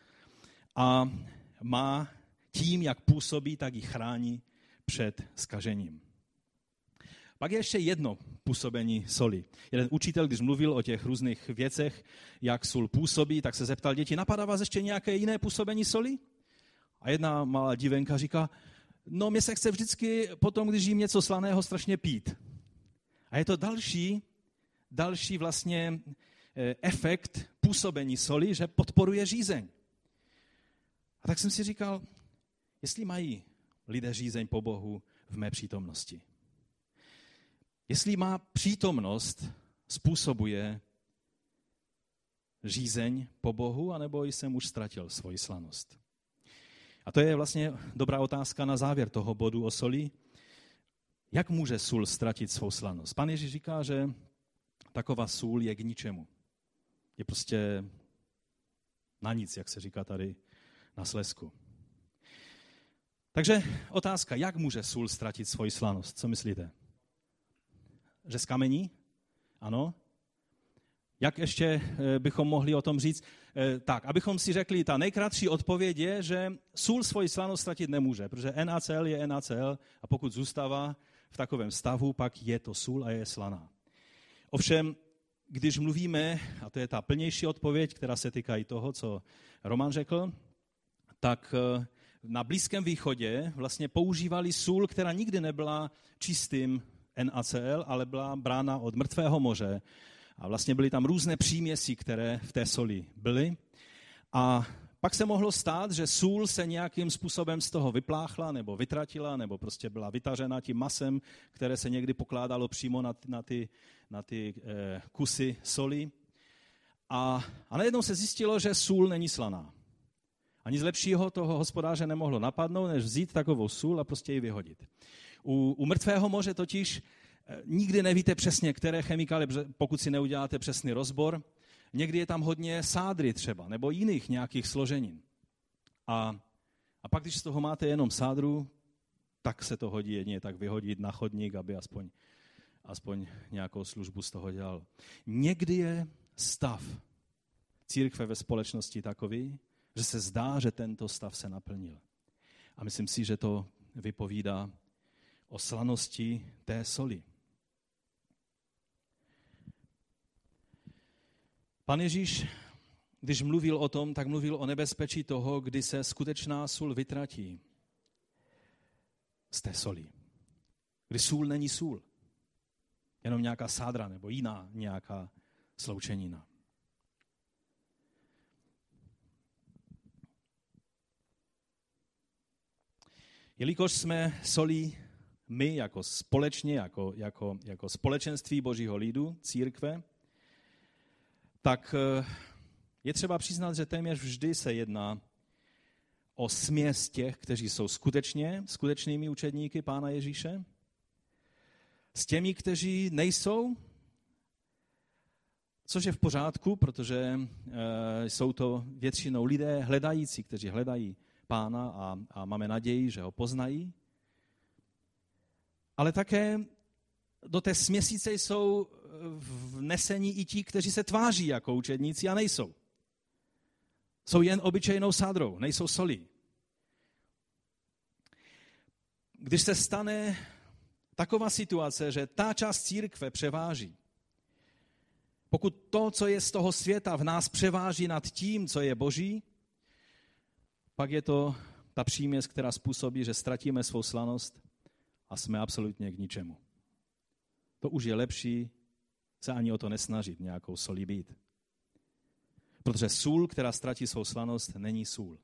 a má tím, jak působí, tak ji chrání před zkažením. Pak je ještě jedno působení soli. Jeden učitel, když mluvil o těch různých věcech, jak sůl působí, tak se zeptal děti, napadá vás ještě nějaké jiné působení soli? A jedna malá divenka říká, no mě se chce vždycky potom, když jím něco slaného, strašně pít. A je to další, další vlastně efekt působení soli, že podporuje žízeň. A tak jsem si říkal, jestli mají lidé žízeň po Bohu v mé přítomnosti. Jestli má přítomnost způsobuje žízeň po Bohu, anebo jsem už ztratil svoji slanost. A to je vlastně dobrá otázka na závěr toho bodu o soli. Jak může sůl ztratit svou slanost? Pan Ježíš říká, že taková sůl je k ničemu. Je prostě na nic, jak se říká tady na Slezsku. Takže otázka, jak může sůl ztratit svoji slanost? Co myslíte? Že z kamení? Ano. Jak ještě bychom mohli o tom říct? Tak, abychom si řekli, ta nejkratší odpověď je, že sůl svoji slanost ztratit nemůže, protože NaCl je NaCl a pokud zůstává v takovém stavu, pak je to sůl a je slaná. Ovšem, když mluvíme, a to je ta plnější odpověď, která se týká i toho, co Roman řekl, tak na Blízkém východě vlastně používali sůl, která nikdy nebyla čistým NaCl, ale byla brána od mrtvého moře. A vlastně byly tam různé příměsi, které v té soli byly. A pak se mohlo stát, že sůl se nějakým způsobem z toho vypláchla nebo vytratila, nebo prostě byla vytažena tím masem, které se někdy pokládalo přímo na, na ty, na ty eh, kusy soli. A, a najednou se zjistilo, že sůl není slaná. A nic lepšího toho hospodáře nemohlo napadnout, než vzít takovou sůl a prostě ji vyhodit. U, u mrtvého moře totiž eh, nikdy nevíte přesně, které chemikálie, pokud si neuděláte přesný rozbor. Někdy je tam hodně sádry třeba, nebo jiných nějakých složenin. A, a pak, když z toho máte jenom sádru, tak se to hodí jedině tak vyhodit na chodník, aby aspoň, aspoň nějakou službu z toho dělal. Někdy je stav církve ve společnosti takový, že se zdá, že tento stav se naplnil. A myslím si, že to vypovídá o slanosti té soli. Pan Ježíš, když mluvil o tom, tak mluvil o nebezpečí toho, kdy se skutečná sůl vytratí z té soli. Kdy sůl není sůl, jenom nějaká sádra nebo jiná nějaká sloučenina. Jelikož jsme solí my jako společně, jako, jako, jako společenství Božího lidu, církve, tak je třeba přiznat, že téměř vždy se jedná o směs těch, kteří jsou skutečně skutečnými učedníky Pána Ježíše, s těmi, kteří nejsou, což je v pořádku, protože e, jsou to většinou lidé hledající, kteří hledají Pána a, a máme naději, že ho poznají. Ale také do té směsice jsou vnesení i ti, kteří se tváří jako učedníci a nejsou. Jsou jen obyčejnou sádrou, nejsou solí. Když se stane taková situace, že ta část církve převáží, pokud to, co je z toho světa, v nás převáží nad tím, co je Boží, pak je to ta příměs, která způsobí, že ztratíme svou slanost a jsme absolutně k ničemu. To už je lepší se ani o to nesnažit, nějakou solí být. Protože sůl, která ztratí svou slanost, není sůl.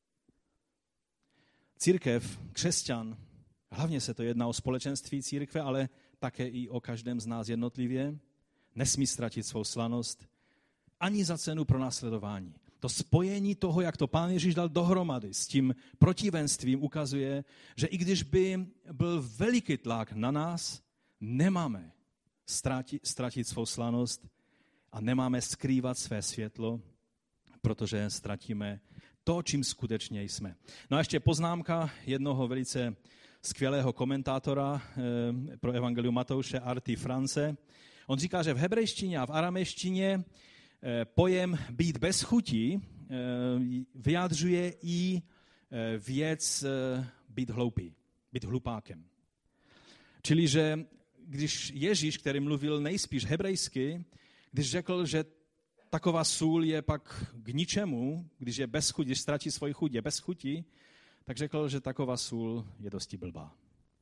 Církev, křesťan, hlavně se to jedná o společenství církve, ale také i o každém z nás jednotlivě, nesmí ztratit svou slanost ani za cenu pronásledování. To spojení toho, jak to Pán Ježíš dal dohromady s tím protivenstvím, ukazuje, že i když by byl veliký tlak na nás, nemáme ztratit, ztratit svou slanost a nemáme skrývat své světlo, protože ztratíme to, čím skutečně jsme. No a ještě poznámka jednoho velice skvělého komentátora eh, pro evangelium Matouše, Arty France. On říká, že v hebrejštině a v aramejštině eh, pojem být bez chutí eh, vyjadřuje i eh, věc eh, být hloupý, být hlupákem. Čili, že když Ježíš, který mluvil nejspíš hebrejsky, když řekl, že taková sůl je pak k ničemu, když je bez chuti, když ztratí svoji chuť, je bez chuti, tak řekl, že taková sůl je dosti blbá.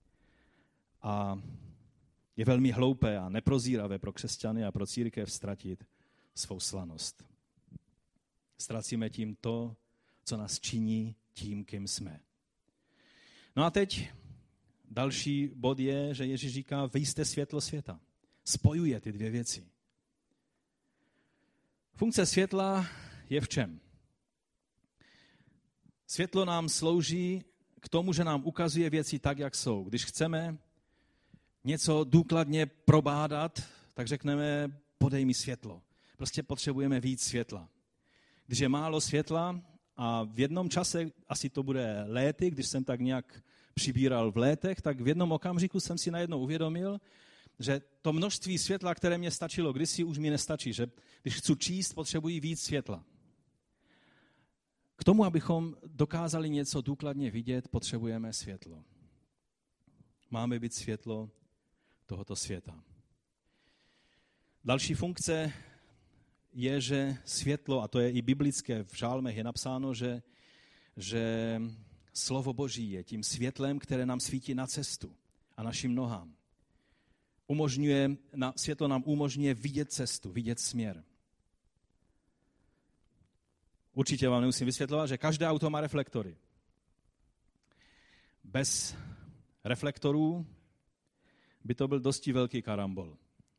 A je velmi hloupé a neprozíravé pro křesťany a pro církev ztratit svou slanost. Ztracíme tím to, co nás činí tím, kým jsme. No a teď další bod je, že Ježíš říká, vy jste světlo světa. Spojuje ty dvě věci. Funkce světla je v čem? Světlo nám slouží k tomu, že nám ukazuje věci tak, jak jsou. Když chceme něco důkladně probádat, tak řekneme, podej mi světlo. Prostě potřebujeme víc světla. Když je málo světla a v jednom čase, asi to bude léty, když jsem tak nějak přibíral v létech, tak v jednom okamžiku jsem si najednou uvědomil, že to množství světla, které mě stačilo kdysi, už mi nestačí. Že když chci číst, potřebuji víc světla. K tomu, abychom dokázali něco důkladně vidět, potřebujeme světlo. Máme být světlo tohoto světa. Další funkce je, že světlo, a to je i biblické, v žálmech je napsáno, že, že slovo Boží je tím světlem, které nám svítí na cestu a našim nohám. Umožňuje, světlo nám umožňuje vidět cestu, vidět směr. Určitě vám nemusím vysvětlovat, že každé auto má reflektory. Bez reflektorů by to byl dosti velký karambol.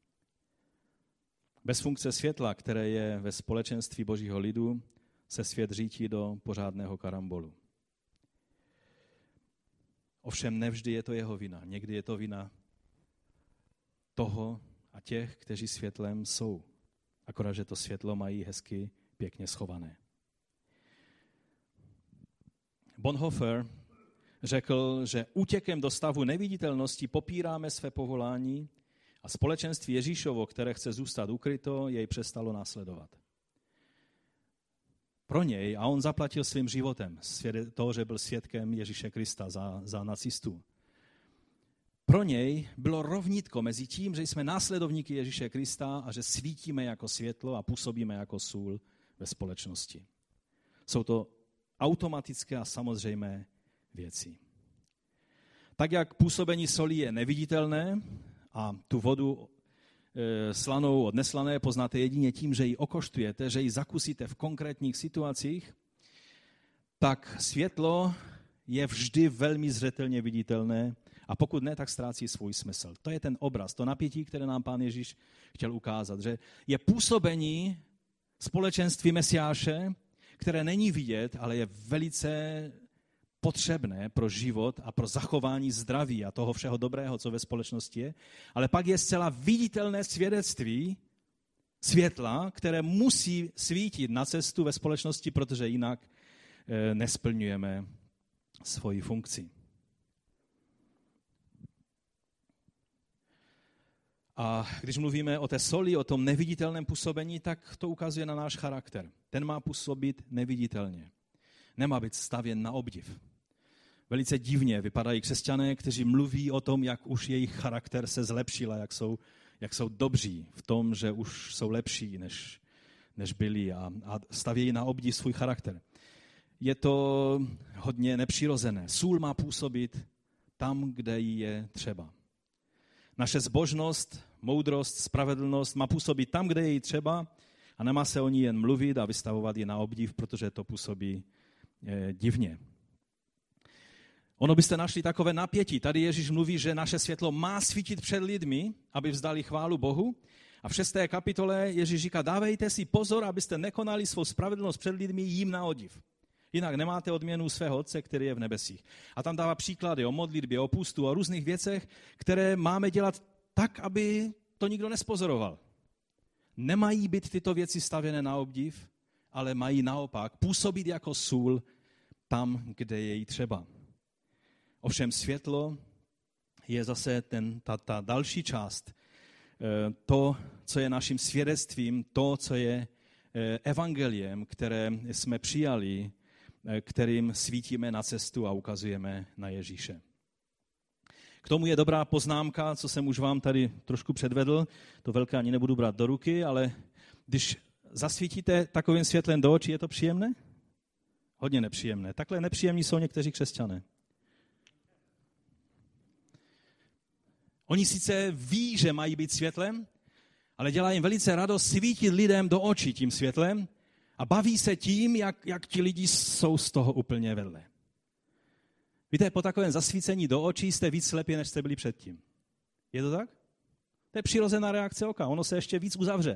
Bez funkce světla, které je ve společenství Božího lidu, se svět řítí do pořádného karambolu. Ovšem nevždy je to jeho vina. Někdy je to vina toho a těch, kteří světlem jsou. Akorát, že to světlo mají hezky, pěkně schované. Bonhoeffer řekl, že útěkem do stavu neviditelnosti popíráme své povolání a společenství Ježíšovo, které chce zůstat ukryto, jej přestalo následovat. Pro něj, a on zaplatil svým životem to, že byl svědkem Ježíše Krista za, za nacistů. Pro něj bylo rovnítko mezi tím, že jsme následovníky Ježíše Krista a že svítíme jako světlo a působíme jako sůl ve společnosti. Jsou to automatické a samozřejmé věci. Tak jak působení soli je neviditelné a tu vodu e, slanou od neslané poznáte jedině tím, že ji okoštujete, že ji zakusíte v konkrétních situacích, tak světlo je vždy velmi zřetelně viditelné a pokud ne, tak ztrácí svůj smysl. To je ten obraz, to napětí, které nám Pán Ježíš chtěl ukázat, že je působení společenství Mesiáše, které není vidět, ale je velice potřebné pro život a pro zachování zdraví a toho všeho dobrého, co ve společnosti je. Ale pak je zcela viditelné svědectví světla, které musí svítit na cestu ve společnosti, protože jinak nesplňujeme svoji funkci. A když mluvíme o té soli, o tom neviditelném působení, tak to ukazuje na náš charakter. Ten má působit neviditelně. Nemá být stavěn na obdiv. Velice divně vypadají křesťané, kteří mluví o tom, jak už jejich charakter se zlepšil a jak jsou, jak jsou dobří v tom, že už jsou lepší, než, než byli a, a stavějí na obdiv svůj charakter. Je to hodně nepřirozené. Sůl má působit tam, kde jí je třeba. Naše zbožnost, moudrost, spravedlnost má působit tam, kde je jí třeba a nemá se o ní jen mluvit a vystavovat ji na obdiv, protože to působí eh, divně. Ono byste našli takové napětí. Tady Ježíš mluví, že naše světlo má svítit před lidmi, aby vzdali chválu Bohu. A v šesté kapitole Ježíš říká, dávejte si pozor, abyste nekonali svou spravedlnost před lidmi jim na odiv. Jinak nemáte odměnu svého Otce, který je v nebesích. A tam dává příklady o modlitbě, o půstu, o různých věcech, které máme dělat tak, aby to nikdo nespozoroval. Nemají být tyto věci stavěné na obdiv, ale mají naopak působit jako sůl tam, kde je jí třeba. Ovšem světlo je zase ten, ta, ta další část, to, co je naším svědectvím, to, co je evangeliem, které jsme přijali, kterým svítíme na cestu a ukazujeme na Ježíše. K tomu je dobrá poznámka, co jsem už vám tady trošku předvedl, to velké ani nebudu brát do ruky, ale když zasvítíte takovým světlem do očí, je to příjemné? Hodně nepříjemné. Takhle nepříjemní jsou někteří křesťané. Oni sice ví, že mají být světlem, ale dělá jim velice radost svítit lidem do očí tím světlem a baví se tím, jak, jak ti lidi jsou z toho úplně vedle. Víte, po takovém zasvícení do očí jste víc slepí, než jste byli předtím. Je to tak? To je přirozená reakce oka, ono se ještě víc uzavře.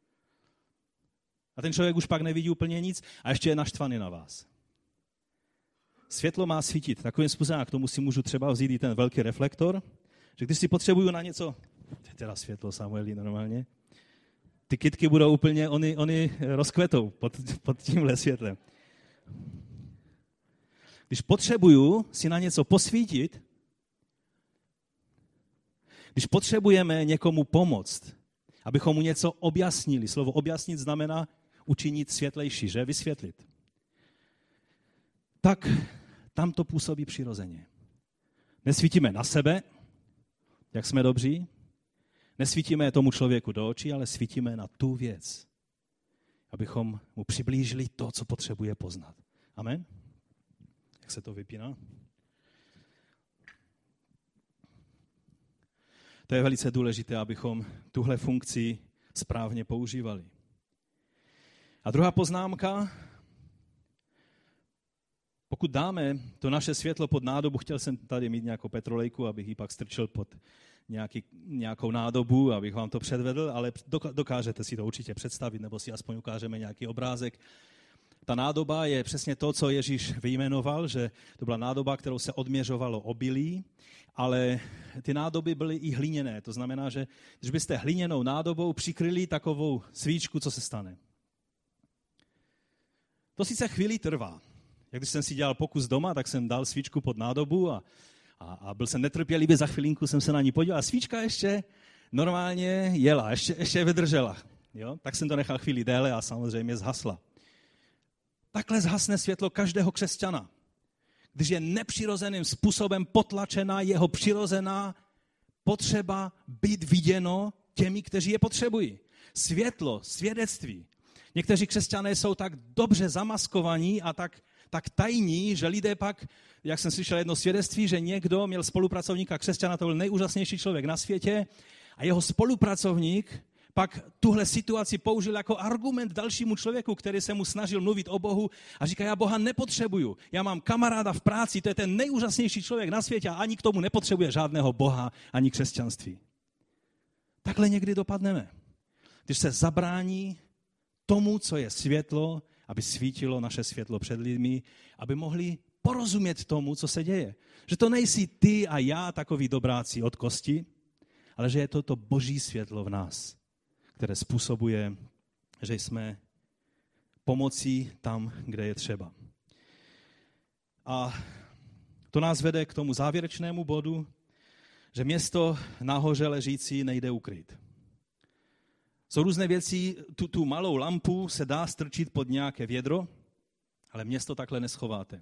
A ten člověk už pak nevidí úplně nic a ještě je naštvaný na vás. Světlo má svítit takovým způsobem, a k tomu si můžu třeba vzít i ten velký reflektor, že když si potřebuju na něco, to je teda světlo, Samueli, normálně, ty kytky budou úplně, oni, oni rozkvetou pod, pod tímhle světlem. Když potřebuju si na něco posvítit, když potřebujeme někomu pomoct, abychom mu něco objasnili, slovo objasnit znamená učinit světlejší, že? Vysvětlit. Tak tam to působí přirozeně. Nesvítíme na sebe, jak jsme dobří, nesvítíme tomu člověku do očí, ale svítíme na tu věc, abychom mu přiblížili to, co potřebuje poznat. Amen? Jak se to vypíná? To je velice důležité, abychom tuhle funkci správně používali. A druhá poznámka, pokud dáme to naše světlo pod nádobu, chtěl jsem tady mít nějakou petrolejku, abych ji pak strčil pod nějaký, nějakou nádobu, abych vám to předvedl, ale dokážete si to určitě představit, nebo si aspoň ukážeme nějaký obrázek. Ta nádoba je přesně to, co Ježíš vyjmenoval, že to byla nádoba, kterou se odměřovalo obilí, ale ty nádoby byly i hliněné. To znamená, že když byste hliněnou nádobou přikryli takovou svíčku, co se stane? To sice chvíli trvá. Jak když jsem si dělal pokus doma, tak jsem dal svíčku pod nádobu a, a, a byl jsem netrpělivý, za chvilinku jsem se na ní podíval a svíčka ještě normálně jela, ještě, ještě vydržela. Jo? Tak jsem to nechal chvíli déle a samozřejmě zhasla. Takhle zhasne světlo každého křesťana, když je nepřirozeným způsobem potlačena jeho přirozená potřeba být viděno těmi, kteří je potřebují. Světlo, svědectví. Někteří křesťané jsou tak dobře zamaskovaní a tak, tak tajní, že lidé pak, jak jsem slyšel jedno svědectví, že někdo měl spolupracovníka křesťana, to byl nejúžasnější člověk na světě, a jeho spolupracovník pak tuhle situaci použil jako argument dalšímu člověku, který se mu snažil mluvit o Bohu a říká, já Boha nepotřebuju, já mám kamaráda v práci, to je ten nejúžasnější člověk na světě a ani k tomu nepotřebuje žádného Boha, ani křesťanství. Takhle někdy dopadneme, když se zabrání tomu, co je světlo, aby svítilo naše světlo před lidmi, aby mohli porozumět tomu, co se děje. Že to nejsi ty a já takový dobráci od kosti, ale že je to to boží světlo v nás, které způsobuje, že jsme pomocí tam, kde je třeba. A to nás vede k tomu závěrečnému bodu, že město nahoře ležící nejde ukryt. Jsou různé věci, tu, tu malou lampu se dá strčit pod nějaké vědro, ale město takhle neschováte.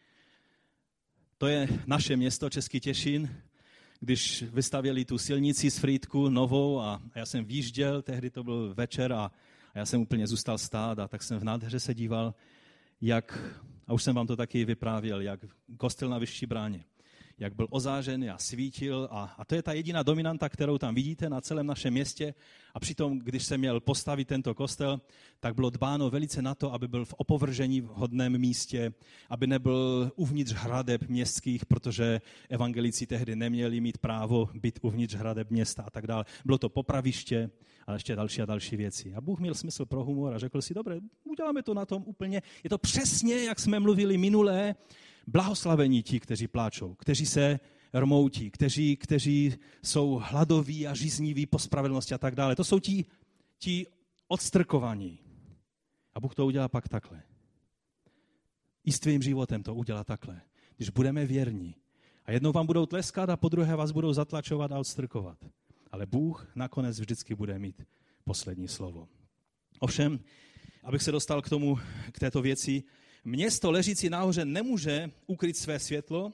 To je naše město, Český Těšín, když vystavěli tu silnici z Frýdku novou a já jsem výjížděl, tehdy to byl večer a, a já jsem úplně zůstal stát a tak jsem v nádheře se díval, jak, a už jsem vám to taky vyprávěl, jak kostel na Vyšší bráně, jak byl ozářený a svítil a, a to je ta jediná dominanta, kterou tam vidíte na celém našem městě a přitom, když se měl postavit tento kostel, tak bylo dbáno velice na to, aby byl v opovržení vhodném místě, aby nebyl uvnitř hradeb městských, protože evangelici tehdy neměli mít právo být uvnitř hradeb města a tak dále. Bylo to popraviště a ještě další a další věci. A Bůh měl smysl pro humor a řekl si, dobré, uděláme to na tom úplně, je to přesně, jak jsme mluvili minulé, blahoslavení ti, kteří pláčou, kteří se rmoutí, kteří, kteří jsou hladoví a žízniví po spravedlnosti a tak dále. To jsou ti, ti odstrkovaní. A Bůh to udělá pak takhle. I s tvým životem to udělá takhle. Když budeme věrní. A jednou vám budou tleskat a po druhé vás budou zatlačovat a odstrkovat. Ale Bůh nakonec vždycky bude mít poslední slovo. Ovšem, abych se dostal k tomu, k této věci, město ležící nahoře nemůže ukryt své světlo,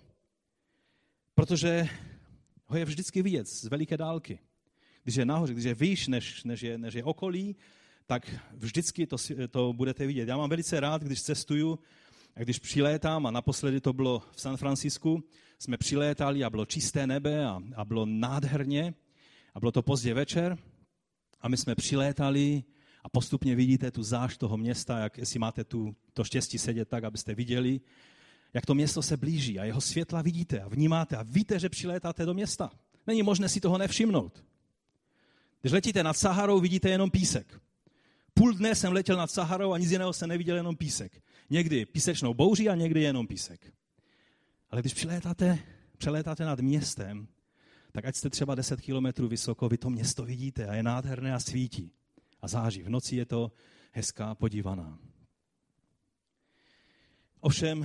protože ho je vždycky vidět z veliké dálky. Když je nahoře, když je výš, než, než, je, než je okolí, tak vždycky to, to budete vidět. Já mám velice rád, když cestuju a když přilétám, a naposledy to bylo v San Francisku, jsme přilétali a bylo čisté nebe a, a bylo nádherně a bylo to pozdě večer a my jsme přilétali a postupně vidíte tu zášť toho města, jak jestli máte tu, to štěstí sedět tak, abyste viděli, jak to město se blíží a jeho světla vidíte a vnímáte a víte, že přilétáte do města. Není možné si toho nevšimnout. Když letíte nad Saharou, vidíte jenom písek. Půl dne jsem letěl nad Saharou a nic jiného jsem neviděl, jenom písek. Někdy písečnou bouří a někdy jenom písek. Ale když přilétáte, přelétáte nad městem, tak ať jste třeba deset kilometrů vysoko, vy to město vidíte a je nádherné a svítí. A září. V noci je to hezká podívaná. Ovšem,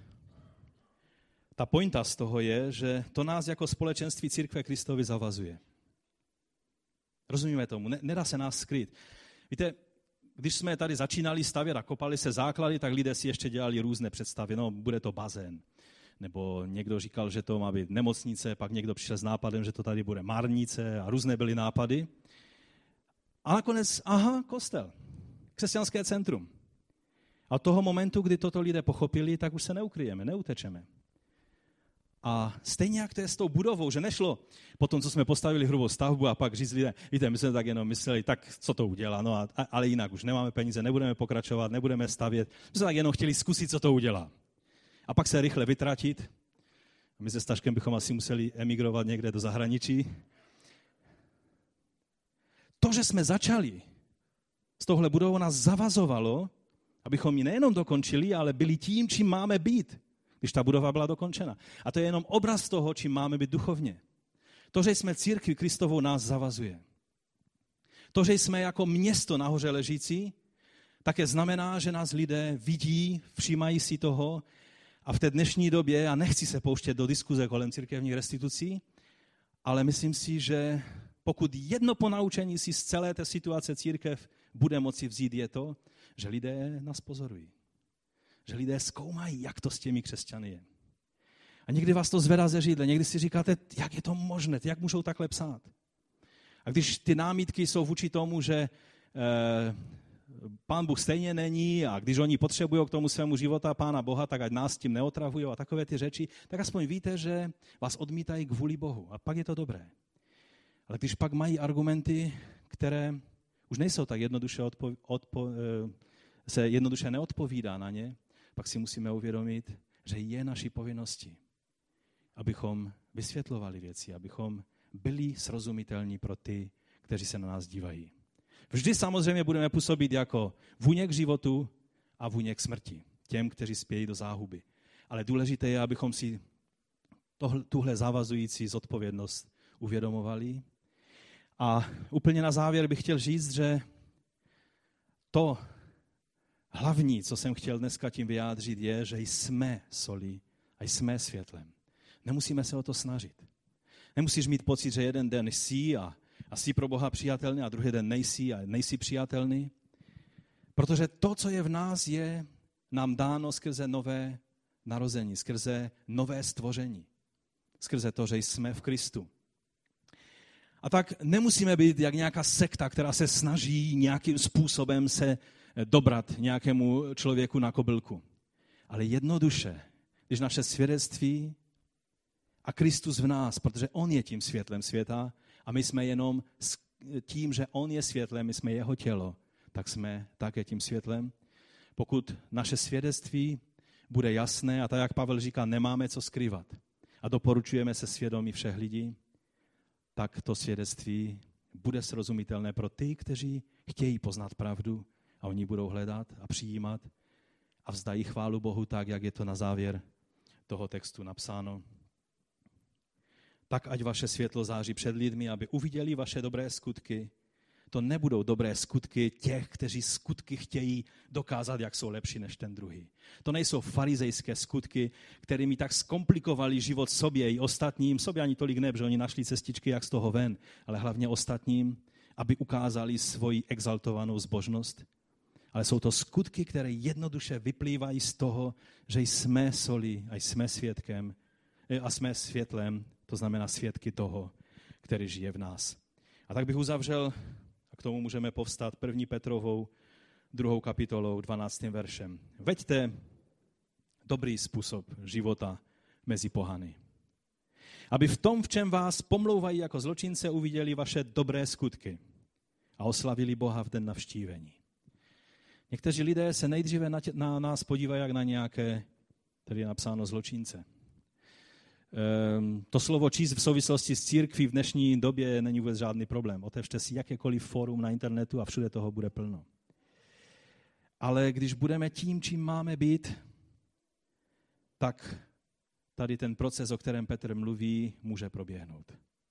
ta pointa z toho je, že to nás jako společenství Církve Kristovy zavazuje. Rozumíme tomu? Nedá se nás skrýt. Víte, když jsme tady začínali stavět a kopali se základy, tak lidé si ještě dělali různé představy. No, bude to bazén. Nebo někdo říkal, že to má být nemocnice, pak někdo přišel s nápadem, že to tady bude márnice a různé byly nápady. A nakonec, aha, kostel, křesťanské centrum. A od toho momentu, kdy toto lidé pochopili, tak už se neukryjeme, neutečeme. A stejně jak to je s tou budovou, že nešlo po tom, co jsme postavili hrubou stavbu a pak říct lidé, víte, my jsme tak jenom mysleli, tak co to udělá, no a, ale jinak už nemáme peníze, nebudeme pokračovat, nebudeme stavět, my jsme tak jenom chtěli zkusit, co to udělá. a pak se rychle vytratit. My se Staškem bychom asi museli emigrovat někde do zahraničí. To, že jsme začali s touhle budovou, nás zavazovalo, abychom ji nejenom dokončili, ale byli tím, čím máme být, když ta budova byla dokončena. A to je jenom obraz toho, čím máme být duchovně. To, že jsme církví Kristovou, nás zavazuje. To, že jsme jako město nahoře ležící, také znamená, že nás lidé vidí, všímají si toho a v té dnešní době, já nechci se pouštět do diskuze kolem církevních restitucí, ale myslím si, že pokud jedno ponaučení si z celé té situace církev bude moci vzít, je to, že lidé nás pozorují. Že lidé zkoumají, jak to s těmi křesťany je. A někdy vás to zvedá ze židle, někdy si říkáte, jak je to možné, jak můžou takhle psát. A když ty námitky jsou vůči tomu, že e, Pán Bůh stejně není a když oni potřebují k tomu svému života Pána Boha, tak ať nás tím neotravují a takové ty řeči, tak aspoň víte, že vás odmítají kvůli Bohu. A pak je to dobré. Ale když pak mají argumenty, které už nejsou tak jednoduše, odpo, odpo, se jednoduše neodpovídá na ně, pak si musíme uvědomit, že je naší povinností, abychom vysvětlovali věci, abychom byli srozumitelní pro ty, kteří se na nás dívají. Vždy samozřejmě budeme působit jako vůněk životu a vůněk smrti, těm, kteří spějí do záhuby. Ale důležité je, abychom si tohle, tuhle zavazující zodpovědnost uvědomovali. A úplně na závěr bych chtěl říct, že to hlavní, co jsem chtěl dneska tím vyjádřit, je, že jsme solí a jsme světlem. Nemusíme se o to snažit. Nemusíš mít pocit, že jeden den jsi a, a jsi pro Boha přijatelný a druhý den nejsi a nejsi přijatelný. Protože to, co je v nás, je nám dáno skrze nové narození, skrze nové stvoření. Skrze to, že jsme v Kristu. A tak nemusíme být jak nějaká sekta, která se snaží nějakým způsobem se dobrat nějakému člověku na kobylku. Ale jednoduše, když naše svědectví a Kristus v nás, protože on je tím světlem světa a my jsme jenom tím, že on je světlem, my jsme jeho tělo, tak jsme také tím světlem. Pokud naše svědectví bude jasné a tak, jak Pavel říká, nemáme co skrývat a doporučujeme se svědomí všech lidí, tak to svědectví bude srozumitelné pro ty, kteří chtějí poznat pravdu a oni budou hledat a přijímat a vzdají chválu Bohu tak, jak je to na závěr toho textu napsáno. Tak ať vaše světlo září před lidmi, aby uviděli vaše dobré skutky. To nebudou dobré skutky těch, kteří skutky chtějí dokázat, jak jsou lepší než ten druhý. To nejsou farizejské skutky, kterými tak zkomplikovali život sobě i ostatním. Sobě ani tolik ne, protože oni našli cestičky, jak z toho ven, ale hlavně ostatním, aby ukázali svoji exaltovanou zbožnost. Ale jsou to skutky, které jednoduše vyplývají z toho, že jsme solí a jsme svědkem a jsme světlem, to znamená svědky toho, který žije v nás. A tak bych uzavřel, a k tomu můžeme povstat první Petrovou druhou kapitolou dvanáctým veršem. Veďte dobrý způsob života mezi pohany. Aby v tom, v čem vás pomlouvají jako zločince, uviděli vaše dobré skutky a oslavili Boha v den navštívení. Někteří lidé se nejdříve na, tě, na nás podívají jak na nějaké, tady je napsáno zločince. Ehm, to slovo číst v souvislosti s církví v dnešní době není vůbec žádný problém. Otevřte si jakékoliv fórum na internetu a všude toho bude plno. Ale když budeme tím, čím máme být, tak tady ten proces, o kterém Petr mluví, může proběhnout.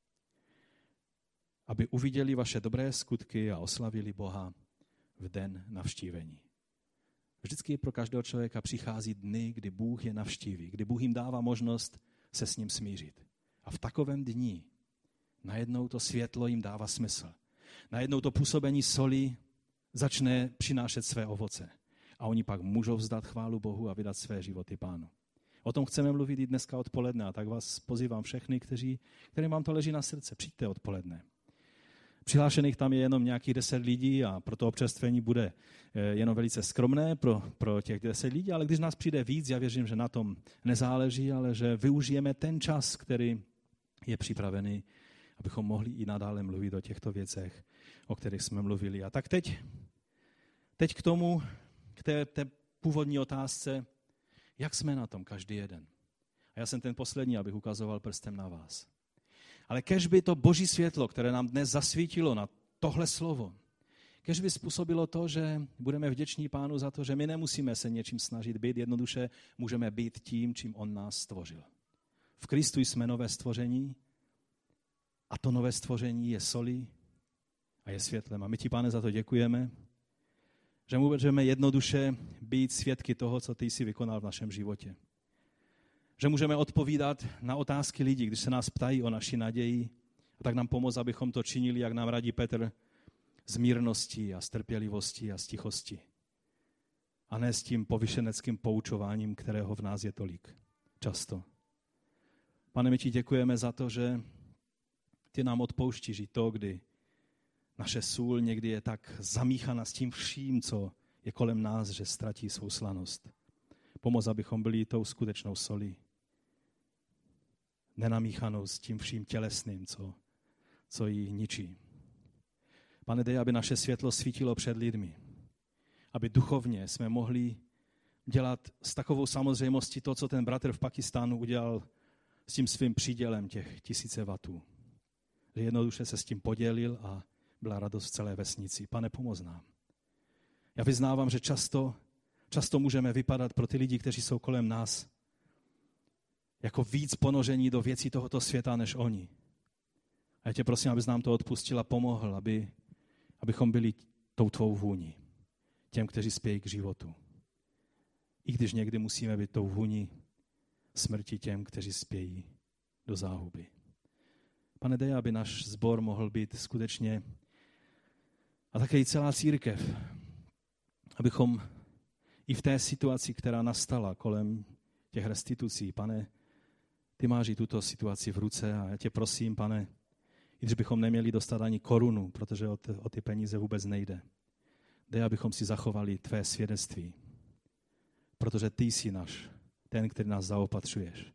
Aby uviděli vaše dobré skutky a oslavili Boha v den navštívení. Vždycky pro každého člověka přichází dny, kdy Bůh je navštíví, kdy Bůh jim dává možnost se s ním smířit. A v takovém dni najednou to světlo jim dává smysl. Najednou to působení soli začne přinášet své ovoce. A oni pak můžou vzdat chválu Bohu a vydat své životy Pánu. O tom chceme mluvit i dneska odpoledne, a tak vás pozývám všechny, kteří, kterým vám to leží na srdce. Přijďte odpoledne. Přihlášených tam je jenom nějakých deset lidí a pro to občerstvení bude jenom velice skromné pro, pro těch deset lidí, ale když nás přijde víc, já věřím, že na tom nezáleží, ale že využijeme ten čas, který je připravený, abychom mohli i nadále mluvit o těchto věcech, o kterých jsme mluvili. A tak teď, teď k tomu, k té, té původní otázce, Jak jsme na tom, každý jeden? A já jsem ten poslední, abych ukazoval prstem na vás. Ale kéž by to boží světlo, které nám dnes zasvítilo na tohle slovo, kéž by způsobilo to, že budeme vděční Pánu za to, že my nemusíme se něčím snažit být, jednoduše můžeme být tím, čím on nás stvořil. V Kristu jsme nové stvoření a to nové stvoření je solí a je světlem. A my ti, Pane, za to děkujeme, že můžeme jednoduše být svědky toho, co ty jsi vykonal v našem životě. Že můžeme odpovídat na otázky lidí, když se nás ptají o naši naději, a tak nám pomoct, abychom to činili, jak nám radí Petr, s mírností a s trpělivostí a s tichostí. A ne s tím povyšeneckým poučováním, kterého v nás je tolik. Často. Pane, my ti děkujeme za to, že ty nám odpouštíš i to, kdy naše sůl někdy je tak zamíchaná s tím vším, co je kolem nás, že ztratí svou slanost. Pomoz, abychom byli tou skutečnou solí. Nenamíchanou s tím vším tělesným, co, co ji ničí. Pane, dej, aby naše světlo svítilo před lidmi. Aby duchovně jsme mohli dělat s takovou samozřejmostí to, co ten bratr v Pakistánu udělal s tím svým přídělem těch tisíce vatů. Že jednoduše se s tím podělil a byla radost v celé vesnici. Pane, pomoz nám. Já vyznávám, že často, často můžeme vypadat pro ty lidi, kteří jsou kolem nás, jako víc ponožení do věcí tohoto světa než oni. A já tě prosím, abys nám to odpustil a pomohl, aby, abychom byli tou tvou vůní, těm, kteří spějí k životu. I když někdy musíme být tou vůní smrti těm, kteří spějí do záhuby. Pane, dej, aby náš sbor mohl být skutečně, a také i celá církev, abychom i v té situaci, která nastala kolem těch restitucí, Pane, ty máš i tuto situaci v ruce a já tě prosím, Pane, i když bychom neměli dostat ani korunu, protože o ty, o ty peníze vůbec nejde, dej, abychom si zachovali tvé svědectví, protože ty jsi náš, ten, který nás zaopatřuješ.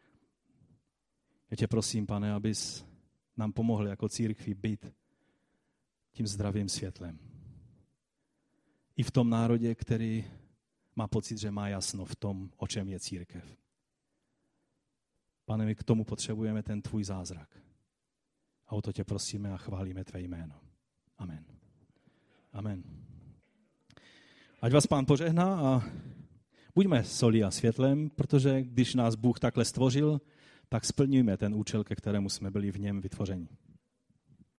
Já tě prosím, Pane, abys nám pomohl jako církvi být tím zdravým světlem. I v tom národě, který má pocit, že má jasno v tom, o čem je církev. Pane, my k tomu potřebujeme ten tvůj zázrak. A o to tě prosíme a chválíme tvé jméno. Amen. Amen. Ať vás Pán požehná a buďme solí a světlem, protože když nás Bůh takhle stvořil, tak splníme ten účel, ke kterému jsme byli v něm vytvořeni.